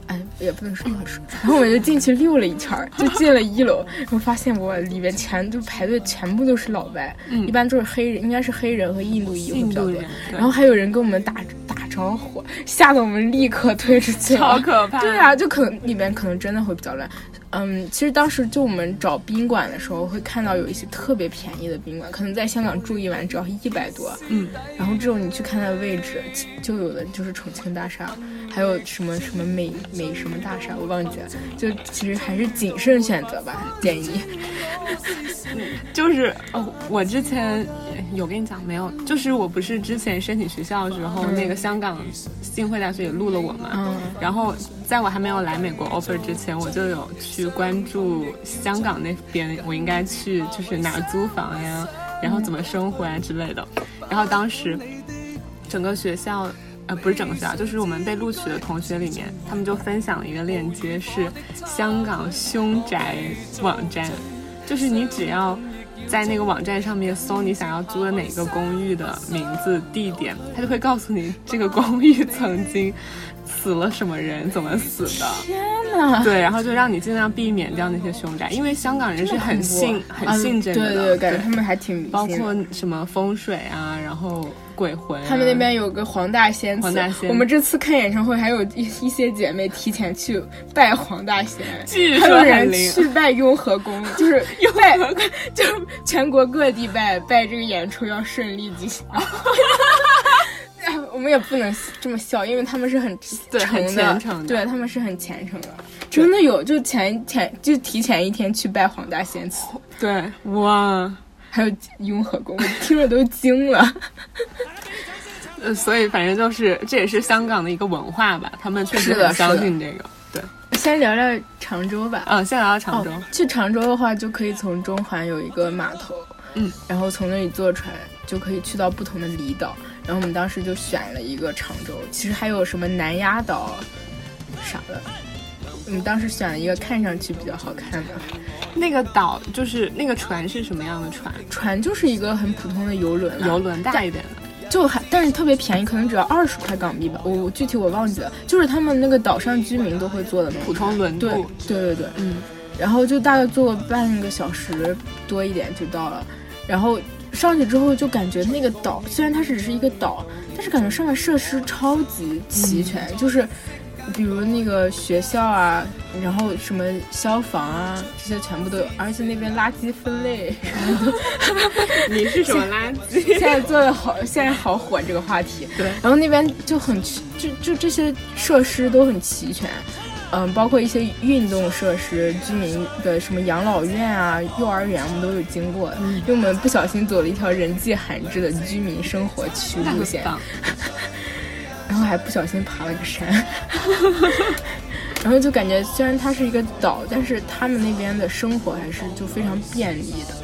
哎，也不能说一说，然后我就进去溜了一圈，就进了一楼，然后发现我里面全就排队全部都是老外，嗯、一般都是黑人，应该是黑人和印度裔会比较多，然后还有人跟我们打打招呼，吓得我们立刻退出去了， 超可怕。 对啊，就可能里面可能真的会比较乱。嗯，其实当时就我们找宾馆的时候，会看到有一些特别便宜的宾馆，可能在香港住一晚只要一百多。 嗯， 然后这种你去看它的位置，就有的就是重庆大厦，还有什么什么美美什么大厦，我忘记了。就其实还是谨慎选择吧，建议。 就是哦，我之前有跟你讲没有？就是我不是之前申请学校的时候，嗯、那个香港浸会大学也录了我嘛。嗯。然后在我还没有来美国 offer 之前，我就有去关注香港那边，我应该去就是哪租房呀，然后怎么生活啊之类的。然后当时整个学校。呃，不是整个学校，就是我们被录取的同学里面，他们就分享了一个链接，是香港凶宅网站，就是你只要在那个网站上面搜你想要租的哪个公寓的名字、地点，它就会告诉你这个公寓曾经死了什么人，怎么死的。 天哪！ 对，然后就让你尽量避免掉那些凶宅，因为香港人是很信很信这个的， 对对对，感觉他们还挺迷信的， 包括什么风水啊，然后。鬼魂、啊， 他们那边有个黄大仙祠。 黄大仙， 我们这次看演唱会，还有一一些姐妹提前去拜黄大仙， 据说还有人去拜雍和宫，就是拜，就是全国各地拜拜这个演出要顺利进行。我们也不能这么笑，因为他们是很对很虔诚的， 对他们是很虔诚的，真的有就前前就提前一天去拜黄大仙祠， 对哇。 还有雍和宫，我听着都惊了。 呃，所以反正就是这也是香港的一个文化吧，他们确实很相信这个。对， 先聊聊常州吧。 嗯，先聊聊常州。 哦、去常州的话，就可以从中环有一个码头， 嗯， 然后从那里坐船就可以去到不同的离岛。然后我们当时就选了一个常州，其实还有什么南丫岛啥的。我们当时选了一个看上去比较好看的。 那个岛就是那个船是什么样的船？ 船就是一个很普通的游轮， 游轮大一点的， 就还但是特别便宜，可能只要二十块港币吧。我我具体我忘记了，就是他们那个岛上居民都会坐的那种普通轮渡。 对对对对，嗯。然后就大概坐半个小时多一点就到了，然后上去之后就感觉那个岛虽然它只是一个岛，但是感觉上面设施超级齐全，嗯、就是。比如那个学校啊，然后什么消防啊，这些全部都有，而且那边垃圾分类什么的。 你是什么垃圾？ 现在做的好，现在好火这个话题。 对， 然后那边就很就就这些设施都很齐全，嗯，包括一些运动设施、居民的什么养老院啊、幼儿园，我们都有经过，嗯、因为我们不小心走了一条人迹罕至的居民生活区路线。然后还不小心爬了个山，然后就感觉虽然它是一个岛，但是他们那边的生活还是就非常便利的。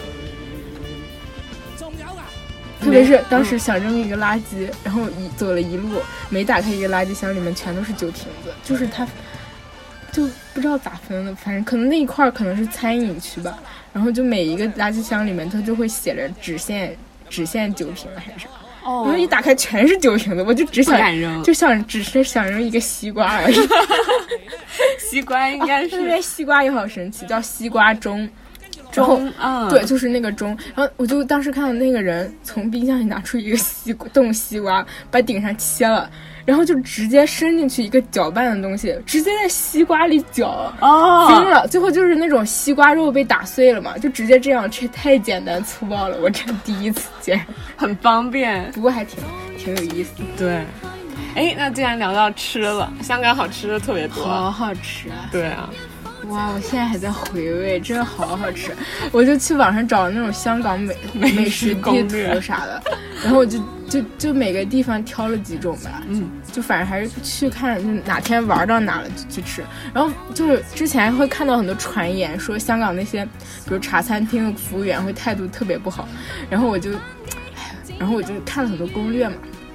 特别是当时想扔一个垃圾，然后一走了一路，每打开一个垃圾箱，里面全都是酒瓶子，就是它就不知道咋分的，反正可能那一块可能是餐饮区吧。然后就每一个垃圾箱里面，它就会写着只限只限酒瓶还是啥。 哦， 然后一打开全是酒瓶子，我就只想扔， 就想只是想扔一个西瓜而已。 西瓜应该是、 哦、那边西瓜也好神奇，叫西瓜盅。 盅啊、嗯， 对，就是那个盅。然后我就当时看到那个人从冰箱里拿出一个西瓜冻西瓜，把顶上切了，然后就直接伸进去一个搅拌的东西，直接在西瓜里搅， 哦， 惊了。最后就是那种西瓜肉被打碎了嘛，就直接这样，这太简单粗暴了，我真第一次见， 很方便， 不过还挺挺有意思的。 对，哎，那既然聊到吃了，香港好吃的特别多， 好好吃啊！ 对啊。 哇，我现在还在回味，真的好好吃。我就去网上找那种香港美美食地图啥的，然后我就就就每个地方挑了几种吧， 嗯， 就反正还是去看就哪天玩到哪了就去吃。然后就是之前会看到很多传言说香港那些比如茶餐厅的服务员会态度特别不好，然后我就，然后我就看了很多攻略嘛。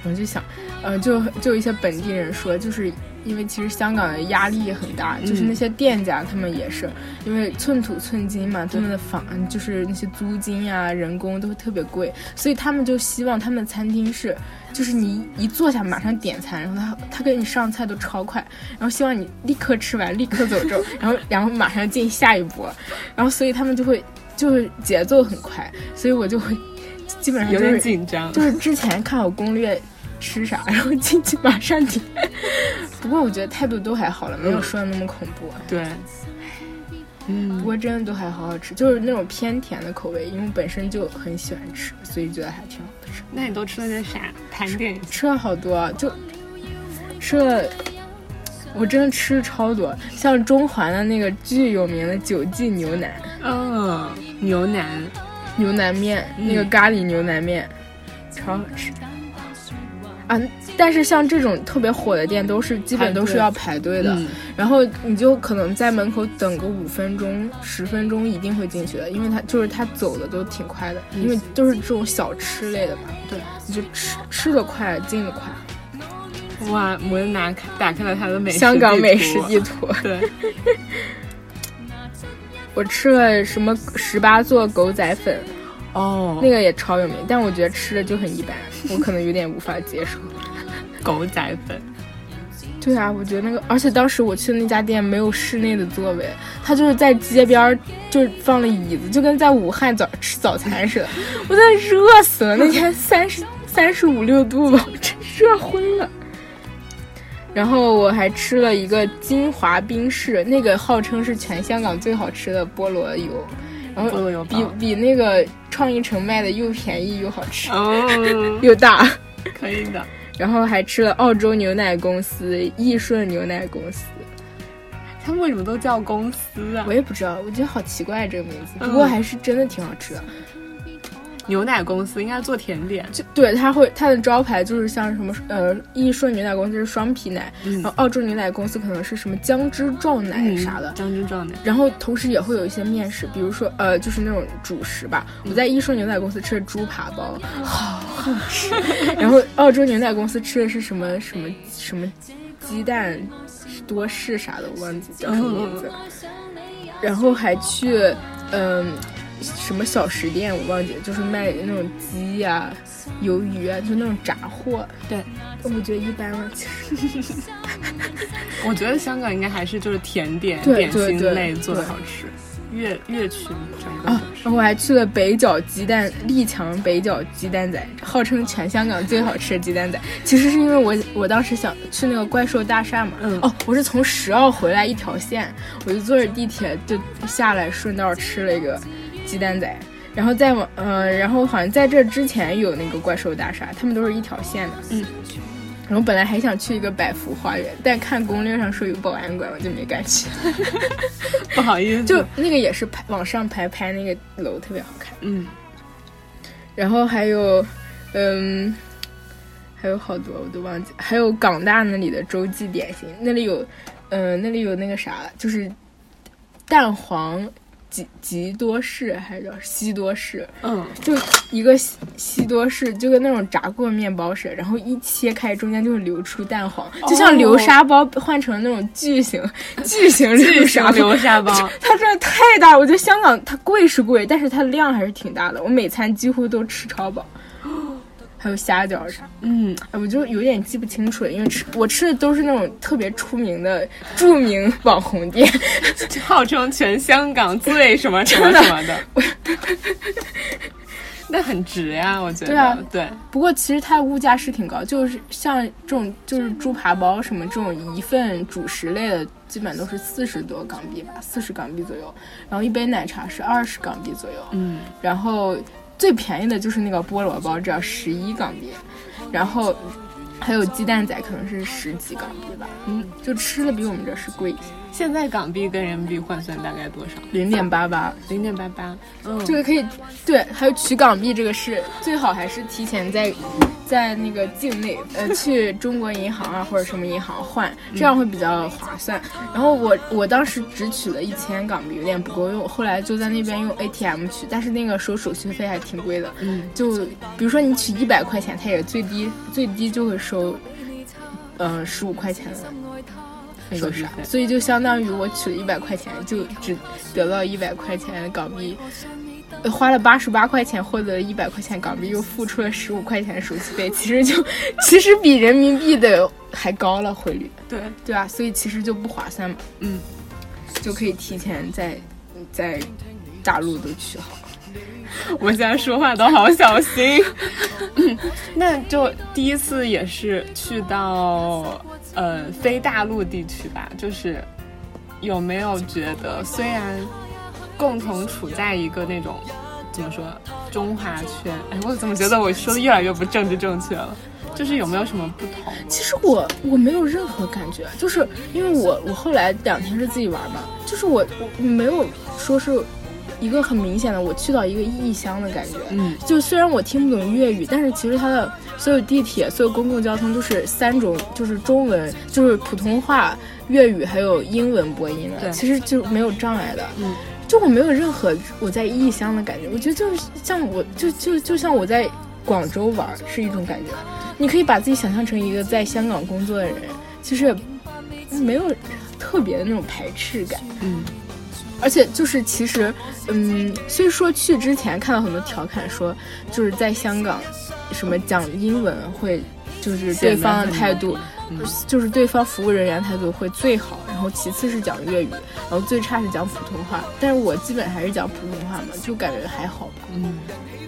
我就想，呃，就就一些本地人说，就是因为其实香港的压力也很大，就是那些店家他们也是，因为寸土寸金嘛，他们的房就是那些租金呀、人工都特别贵，所以他们就希望他们的餐厅是，就是你一坐下马上点餐，然后他他给你上菜都超快，然后希望你立刻吃完立刻走走，然后然后马上进下一波，然后所以他们就会就是节奏很快，所以我就会基本上、就是、 有点紧张， 就是之前看好攻略。吃啥，然后进去马上点。不过我觉得态度都还好了，没有说的那么恐怖。 嗯、对，嗯， 不过真的都还好好吃，就是那种偏甜的口味，因为本身就很喜欢吃，所以觉得还挺好吃。 那你都吃了些啥？盘点一下。 吃了好多，就吃了，我真的吃了超多。像中环的那个巨有名的九记牛腩， 嗯，牛腩， 牛腩面，嗯、那个咖喱牛腩面，超好吃。啊，但是像这种特别火的店都是基本都是要排队的、嗯、然后你就可能在门口等个五分钟十分钟一定会进去的，因为它就是它走的都挺快的、嗯、因为都是这种小吃类的嘛，对，你就吃吃得快进得快。 哇，我拿开打开了它的美食香港美食地图。 对， 我吃了什么十八座狗仔粉， 哦， 那个也超有名，但我觉得吃的就很一般，我可能有点无法接受。 狗仔粉， 对啊，我觉得那个，而且当时我去的那家店没有室内的座位，它就是在街边就放了椅子，就跟在武汉早吃早餐似的，我真的热死了。那天三十三十五六度吧，我真热昏了。然后我还吃了一个金华冰室，那个号称是全香港最好吃的菠萝油。然后比比那个创意城卖的又便宜又好吃，哦，又大， 可以的。 然后还吃了澳洲牛奶公司、益顺牛奶公司。 他们为什么都叫公司啊？ 我也不知道，我觉得好奇怪这个名字，不过还是真的挺好吃的。 牛奶公司应该做甜点， 就对，它会它的招牌就是像什么呃，益顺牛奶公司是双皮奶，嗯、然后澳洲牛奶公司可能是什么姜汁撞奶啥的， 嗯、姜汁撞奶。 然后同时也会有一些面食，比如说呃，就是那种主食吧。嗯、我在益顺牛奶公司吃的猪扒包，好好吃。然后澳洲牛奶公司吃的是什么什么什么鸡蛋多士啥的，我忘记叫什么名字了。嗯、然后还去嗯。呃什么小食店我忘记了，就是卖那种鸡呀、啊、鱿鱼啊，就那种炸货。 对， 我觉得一般了。其实， 我觉得香港应该还是就是甜点、点心类做的好吃。粤粤区整个啊，然后我还去了北角鸡蛋立强北角鸡蛋仔，号称全香港最好吃的鸡蛋仔。其实是因为我我当时想去那个怪兽大厦嘛，嗯，哦，我是从石澳回来一条线，我就坐着地铁就下来，顺道吃了一个鸡蛋仔，然后再往呃，然后好像在这之前有那个怪兽大厦，他们都是一条线的， 嗯。 然后本来还想去一个百福花园，但看攻略上说有保安馆，我就没敢去。 不好意思， 就那个也是拍往上拍拍那个楼特别好看， 嗯。 然后还有，嗯，还有好多我都忘记，还有港大那里的洲际点心，那里有，呃，那里有那个啥，就是蛋黄。吉吉多士还是叫西多士， 嗯， 就一个西西多士，就跟那种炸过面包似的，然后一切开，中间就会流出蛋黄，哦、就像流沙包换成那种巨型巨型巨型流沙包， 它真的太大了。我觉得香港它贵是贵，但是它量还是挺大的，我每餐几乎都吃超饱。还有虾饺啥， 嗯， 我就有点记不清楚了，因为吃我吃的都是那种特别出名的著名网红店， 号称全香港最什么什么什么的，那很值呀，我觉得。 对啊， 对。 不过其实它的物价是挺高，就是像这种就是猪扒包什么这种一份主食类的，基本都是四十多港币吧，四十港币左右，然后一杯奶茶是二十港币左右， 嗯， 然后。最便宜的就是那个菠萝包，只要十一港币，然后还有鸡蛋仔可能是十几港币吧，嗯，就吃的比我们这是贵一些。 现在港币跟人民币换算大概多少？ 零点八八， 零点八八。嗯， 这个可以，对，还有取港币这个是最好还是提前在在那个境内，呃，去中国银行啊或者什么银行换，这样会比较划算。然后我我当时只取了一千港币，有点不够用，后来就在那边用 A T M 取，但是那个收手续费还挺贵的。嗯，就比如说你取一百块钱，它也最低最低就会收，呃，十五块钱的。那个啥，所以就相当于我取了一百块钱，就只得到一百块钱港币，花了八十八块钱获得了一百块钱港币，又付出了十五块钱的手续费，其实就其实比人民币的还高了汇率， 对对吧？所以其实就不划算嘛， 嗯， 就可以提前在在大陆都取好。 我现在说话都好小心。那就第一次也是去到呃非大陆地区吧，就是有没有觉得虽然共同处在一个那种怎么说中华圈，哎，我怎么觉得我说的越来越不政治正确了？就是有没有什么不同？ 其实我我没有任何感觉，就是因为我我后来两天是自己玩嘛，就是我我没有说是一个很明显的我去到一个异乡的感觉。嗯，就虽然我听不懂粤语，但是其实它的所有地铁、所有公共交通都是三种，就是中文、就是普通话、粤语还有英文播音的，其实就没有障碍的。嗯，就我没有任何我在异乡的感觉，我觉得就是像我就就就像我在广州玩是一种感觉。你可以把自己想象成一个在香港工作的人，其实没有特别的那种排斥感。嗯，而且就是其实，嗯，虽说去之前看到很多调侃说，就是在香港，什么讲英文会，就是对方的态度，嗯、就是对方服务人员态度会最好，然后其次是讲粤语，然后最差是讲普通话。但是我基本还是讲普通话嘛，就感觉还好吧。嗯。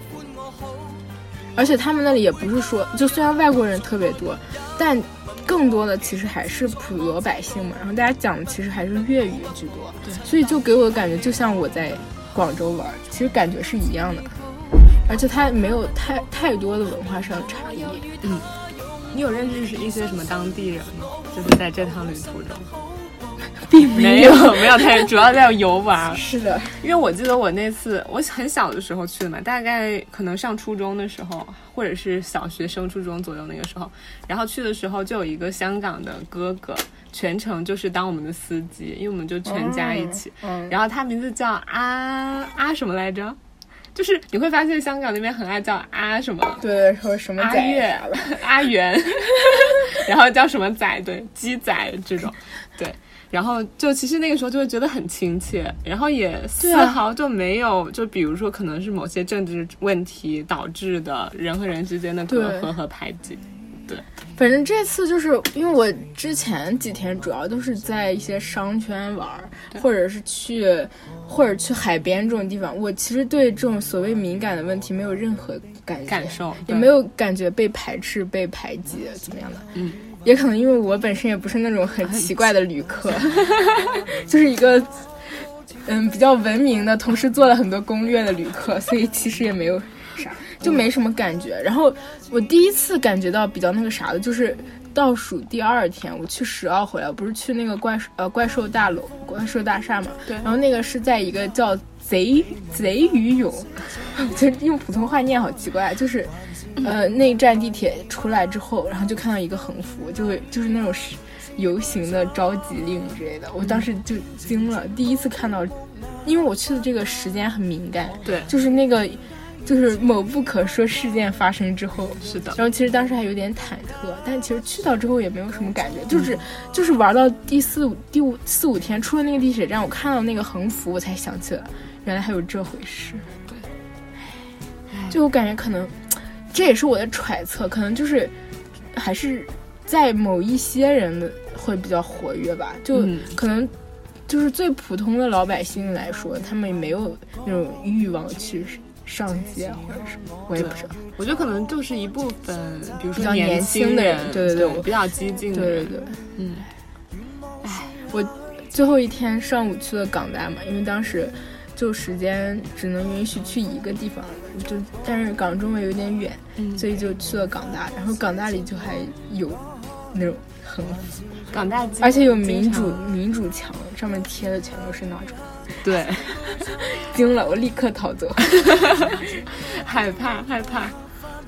而且他们那里也不是说，就虽然外国人特别多，但更多的其实还是普罗百姓嘛，然后大家讲的其实还是粤语居多，对，所以就给我的感觉就像我在广州玩，其实感觉是一样的，而且它没有太太多的文化上的差异。 嗯，你有认识一些什么当地人吗？就是在这趟旅途中？ 并没有， 没有，没有太，主要在游玩。 是的， 因为我记得我那次我很小的时候去的嘛，大概可能上初中的时候，或者是小学升初中左右那个时候，然后去的时候就有一个香港的哥哥，全程就是当我们的司机，因为我们就全家一起。嗯嗯、然后他名字叫阿阿什么来着？就是你会发现香港那边很爱叫阿什么， 对，说什么阿月、阿元，然后叫什么仔，对，鸡仔这种，对。然后就其实那个时候就会觉得很亲切，然后也丝毫就没有、啊、就比如说可能是某些政治问题导致的人和人之间的隔阂和排挤。对， 反正这次就是因为我之前几天主要都是在一些商圈玩，或者是去或者去海边这种地方，我其实对这种所谓敏感的问题没有任何感觉感受， 也没有感觉被排斥被排挤怎么样的。嗯，也可能因为我本身也不是那种很奇怪的旅客，就是一个嗯比较文明的，同时做了很多攻略的旅客，所以其实也没有啥，就没什么感觉。然后我第一次感觉到比较那个啥的，就是倒数第二天，我去石澳回来，我不是去那个怪呃怪兽大楼、怪兽大厦嘛？对。然后那个是在一个叫贼贼鱼涌，就用普通话念好奇怪，就是。呃，那站地铁出来之后，然后就看到一个横幅，就会就是那种游行的召集令之类的，我当时就惊了，第一次看到，因为我去的这个时间很敏感， 对， 就是那个就是某不可说事件发生之后， 是的， 然后其实当时还有点忐忑，但其实去到之后也没有什么感觉，就是、嗯、就是玩到第四五第五四五天出了那个地铁站，我看到那个横幅，我才想起来原来还有这回事，对，就我感觉可能。这也是我的揣测，可能就是还是在某一些人会比较活跃吧，就可能就是最普通的老百姓来说，他们没有那种欲望去上街或者什么，我也不知道。 我觉得可能就是一部分，比如说比较年轻的人，对对对， 对比较激进的人， 对对对， 嗯。 哎，我最后一天上午去了港大嘛，因为当时。就时间只能允许去一个地方，就但是港中有点远、嗯，所以就去了港大。然后港大里就还有那种横幅， 港大而且有民主民主墙，上面贴的全都是那种。 对， 惊了，我立刻逃走， 害怕害怕。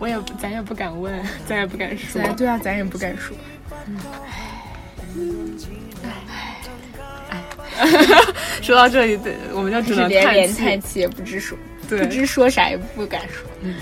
我也咱也不敢问，咱也不敢说。 咱对啊，咱也不敢说。 嗯，唉，说到这里，我们就只能连叹连叹气，也不知说， 对， 不知说啥，也不敢说。 嗯。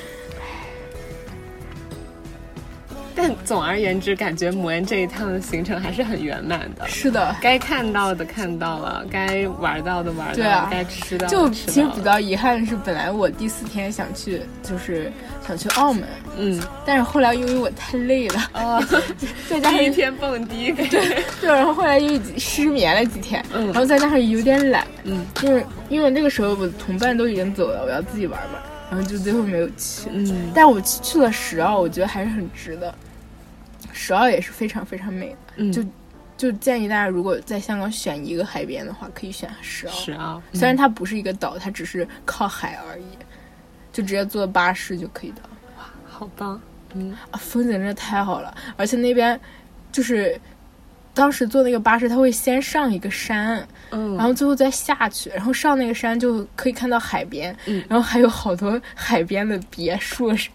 但总而言之，感觉母恩这一趟的行程还是很圆满的。 是的， 该看到的看到了，该玩到的玩到了， 对啊， 该吃到的就吃到了。 其实比较遗憾的是，本来我第四天想去，就是想去澳门， 嗯， 但是后来因为我太累了， 哦， 再加上第一天蹦迪， 对对，然后后来又失眠了几天， 嗯， 然后再加上有点懒， 嗯， 因为因为那个时候我的同伴都已经走了，我要自己玩嘛，然后就最后没有去， 嗯， 但我去去了石澳，我觉得还是很值的。石澳也是非常非常美的， 嗯， 就就建议大家如果在香港选一个海边的话，可以选石澳。 石澳、 嗯、虽然它不是一个岛，它只是靠海而已，就直接坐巴士就可以到。 哇，好棒！嗯啊，风景真的太好了，而且那边就是当时坐那个巴士，它会先上一个山， 嗯， 然后最后再下去，然后上那个山就可以看到海边， 嗯， 然后还有好多海边的别墅啥。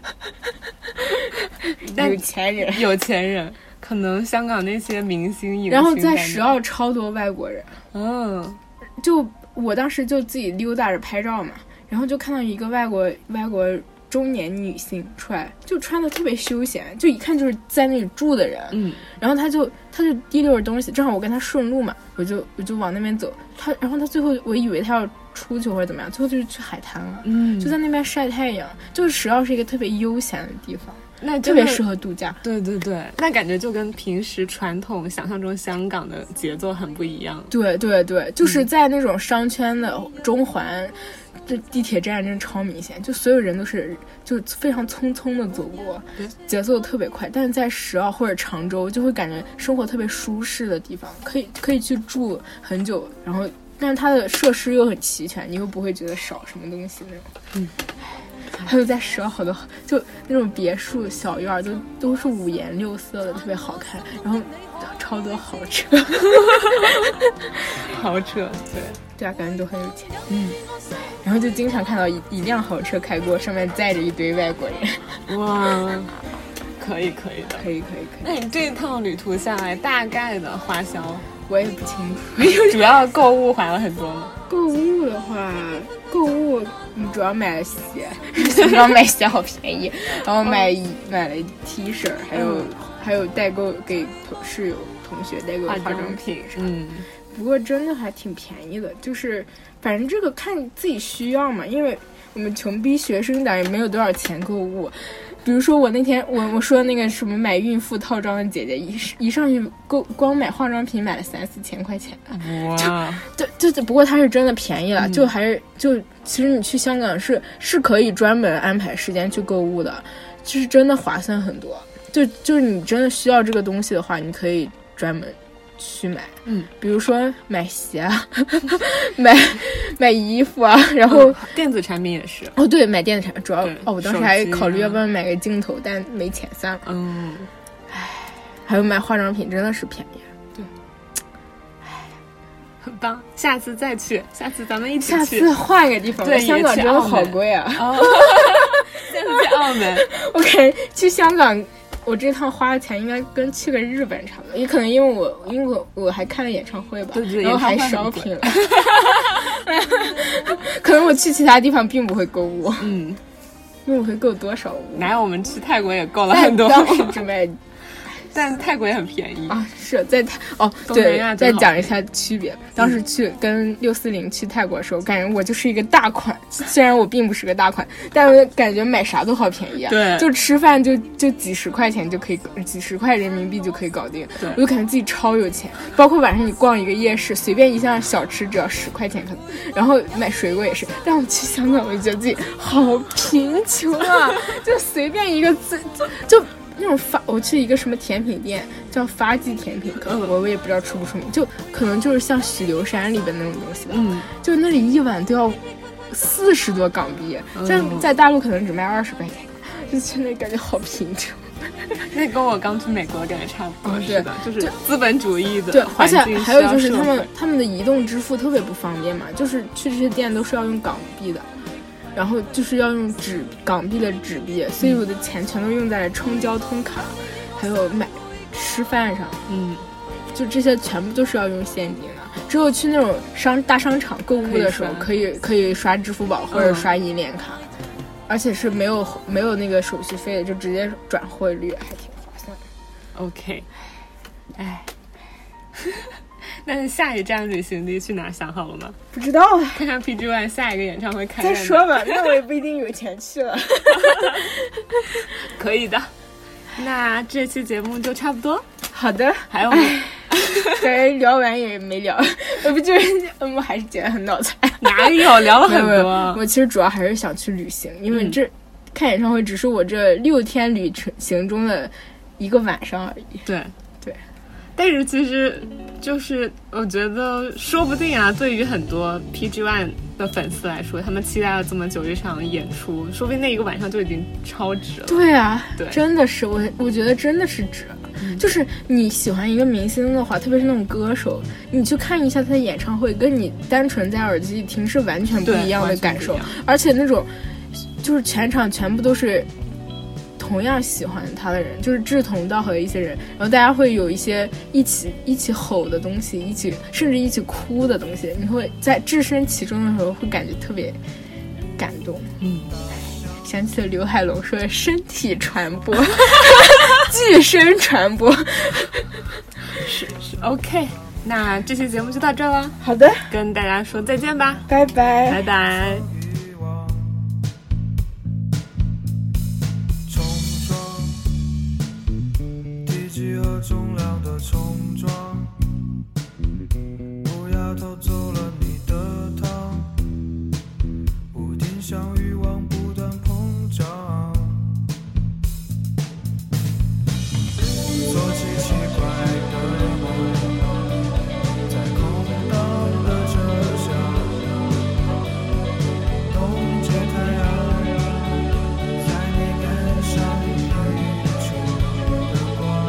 有钱人， 有钱人，可能香港那些明星影星， 然后在石澳超多外国人， 嗯， 就我当时就自己溜达着拍照嘛，然后就看到一个外国外国中年女性出来，就穿的特别休闲，就一看就是在那里住的人， 嗯， 然后他就他就提溜着东西，正好我跟他顺路嘛，我就我就往那边走，他然后他最后我以为他要出去或者怎么样，最后就是去海滩了， 嗯， 就在那边晒太阳，就是石澳是一个特别悠闲的地方。 那特别适合度假。 对对对，那感觉就跟平时传统想象中香港的节奏很不一样。 对对对，就是在那种商圈的中环，这、嗯、地铁站真超明显，就所有人都是就非常匆匆的走过，节奏特别快。但是在石澳或者常州，就会感觉生活特别舒适的地方，可以可以去住很久，然后但是它的设施又很齐全，你又不会觉得少什么东西那种。嗯。还有在石澳好多就那种别墅小院都都是五颜六色的，特别好看，然后超多豪车豪车对对啊，感觉都很有钱。嗯，然后就经常看到一一辆豪车开过，上面载着一堆外国人。 哇，可以可以的， 可以可以可以。 那你这一趟旅途下来大概的花销我也不清楚， 主要购物花了很多吗？ 购物的话，购物你主要买了鞋，主要买鞋好便宜，然后买、嗯、买了 T 恤，还有、嗯、还有代购给室友同学代购化妆品啥的。嗯，不过真的还挺便宜的，就是反正这个看你自己需要嘛，因为我们穷逼学生党也没有多少钱购物。比如说我那天我我说那个什么买孕妇套装的姐姐一一上去够光买化妆品买了三四千块钱， 哇！ 就就就不过它是真的便宜了，嗯、就还是就其实你去香港是是可以专门安排时间去购物的，其实真的划算很多。就就是你真的需要这个东西的话，你可以专门去买， 嗯， 比如说买鞋啊，买买衣服啊，然后、 嗯、电子产品也是。 哦，对，买电子产品主要哦，我当时还考虑啊、 要不要买个镜头，但没钱算了。 嗯， 唉，还有买化妆品真的是便宜。 对，唉，很棒，下次再去，下次咱们一起去。 下次换个地方。 对， 香港真的好贵啊。 哦，下次去澳门。 我感觉去香港。我这趟花的钱应该跟去个日本差不多，也可能因为我因为我我还看了演唱会吧， 对对， 然后还shopping了，可能我去其他地方并不会购物， 嗯， 因为我会购多少物？ 哪有我们去泰国也购了很多， 当时只买。 但泰国也很便宜啊！是在泰哦，对，再讲一下区别。当时去跟六四零去泰国的时候，感觉我就是一个大款，虽然我并不是个大款，但我感觉买啥都好便宜啊！ 对， 就吃饭就就几十块钱就可以，几十块人民币就可以搞定。 对， 我就感觉自己超有钱。包括晚上你逛一个夜市，随便一项小吃只要十块钱可能，然后买水果也是。但我去香港，我就觉得自己好贫穷啊！就随便一个字就。那种发，我去一个什么甜品店叫发记甜品，可能我我也不知道出不出名，就可能就是像许留山里边那种东西吧， 嗯， 就那里一碗都要四十多港币，像、嗯、在大陆可能只卖二十块钱，就去那感觉好贫穷。 那跟我刚去美国感觉差不多， 嗯、对， 就是资本主义的， 对，而且还有就是他们他们的移动支付特别不方便嘛，就是去这些店都是要用港币的。 然后就是要用纸港币的纸币，所以我的钱全都用在了充交通卡，还有买吃饭上， 嗯， 就这些全部都是要用现金的。只有去那种商大商场购物的时候，可以可以刷支付宝或者刷银联卡，嗯、而且是没有没有那个手续费的，就直接转汇率，还挺划算的。 OK， 哎。那你下一站旅行地去哪儿想好了吗？ 不知道啊， 看看 P G One 下一个演唱会开再说吧，那我也不一定有钱去了。 可以的，那这期节目就差不多。 好的， 还有感觉聊完也没聊，我不就是我还是觉得很脑残。 哪有聊了很多？ 我其实主要还是想去旅行，因为这、嗯、看演唱会只是我这六天旅程行中的一个晚上而已。 对。 但是其实就是我觉得说不定啊，对于很多 P G One 的粉丝来说，他们期待了这么久一场演出，说不定那一个晚上就已经超值了。 对啊， 对， 真的是我我觉得真的是值、嗯、就是你喜欢一个明星的话，特别是那种歌手，你去看一下他的演唱会，跟你单纯在耳机里听是完全不一样的感受，而且那种就是全场全部都是同样喜欢他的人，就是志同道合的一些人，然后大家会有一些一起一起吼的东西，一起甚至一起哭的东西，你会在置身其中的时候会感觉特别感动。 嗯， 想起了刘海龙说的身体传播寄生传播是是 OK， 那这期节目就到这了。 好的， 跟大家说再见吧， 拜拜拜拜。 重量的冲撞，不要偷走了你的糖，不停向欲望不断膨胀，做起奇怪的梦，在空荡的车厢，冻结太阳在你脸上溢出的光，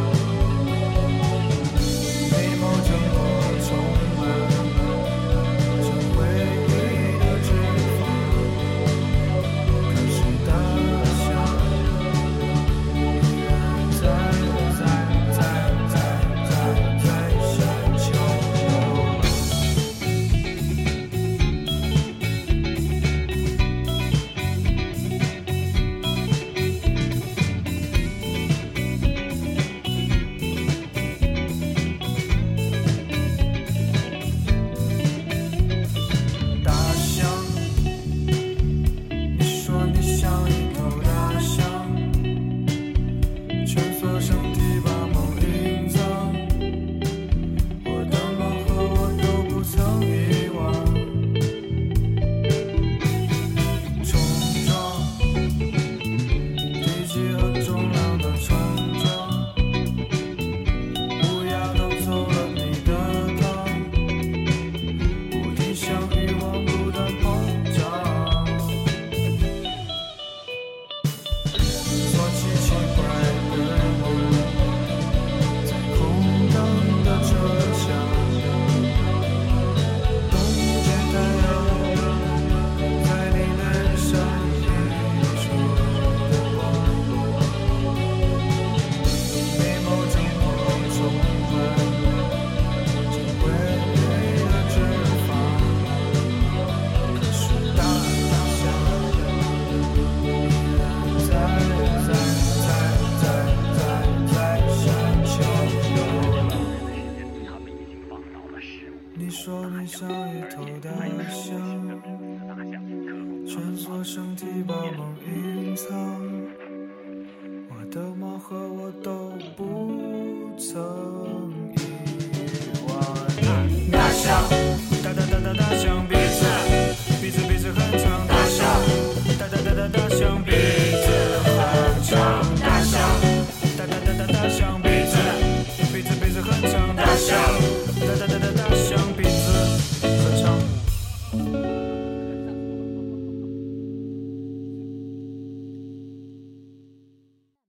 穿梭身体把梦隐藏，我的猫和我都不曾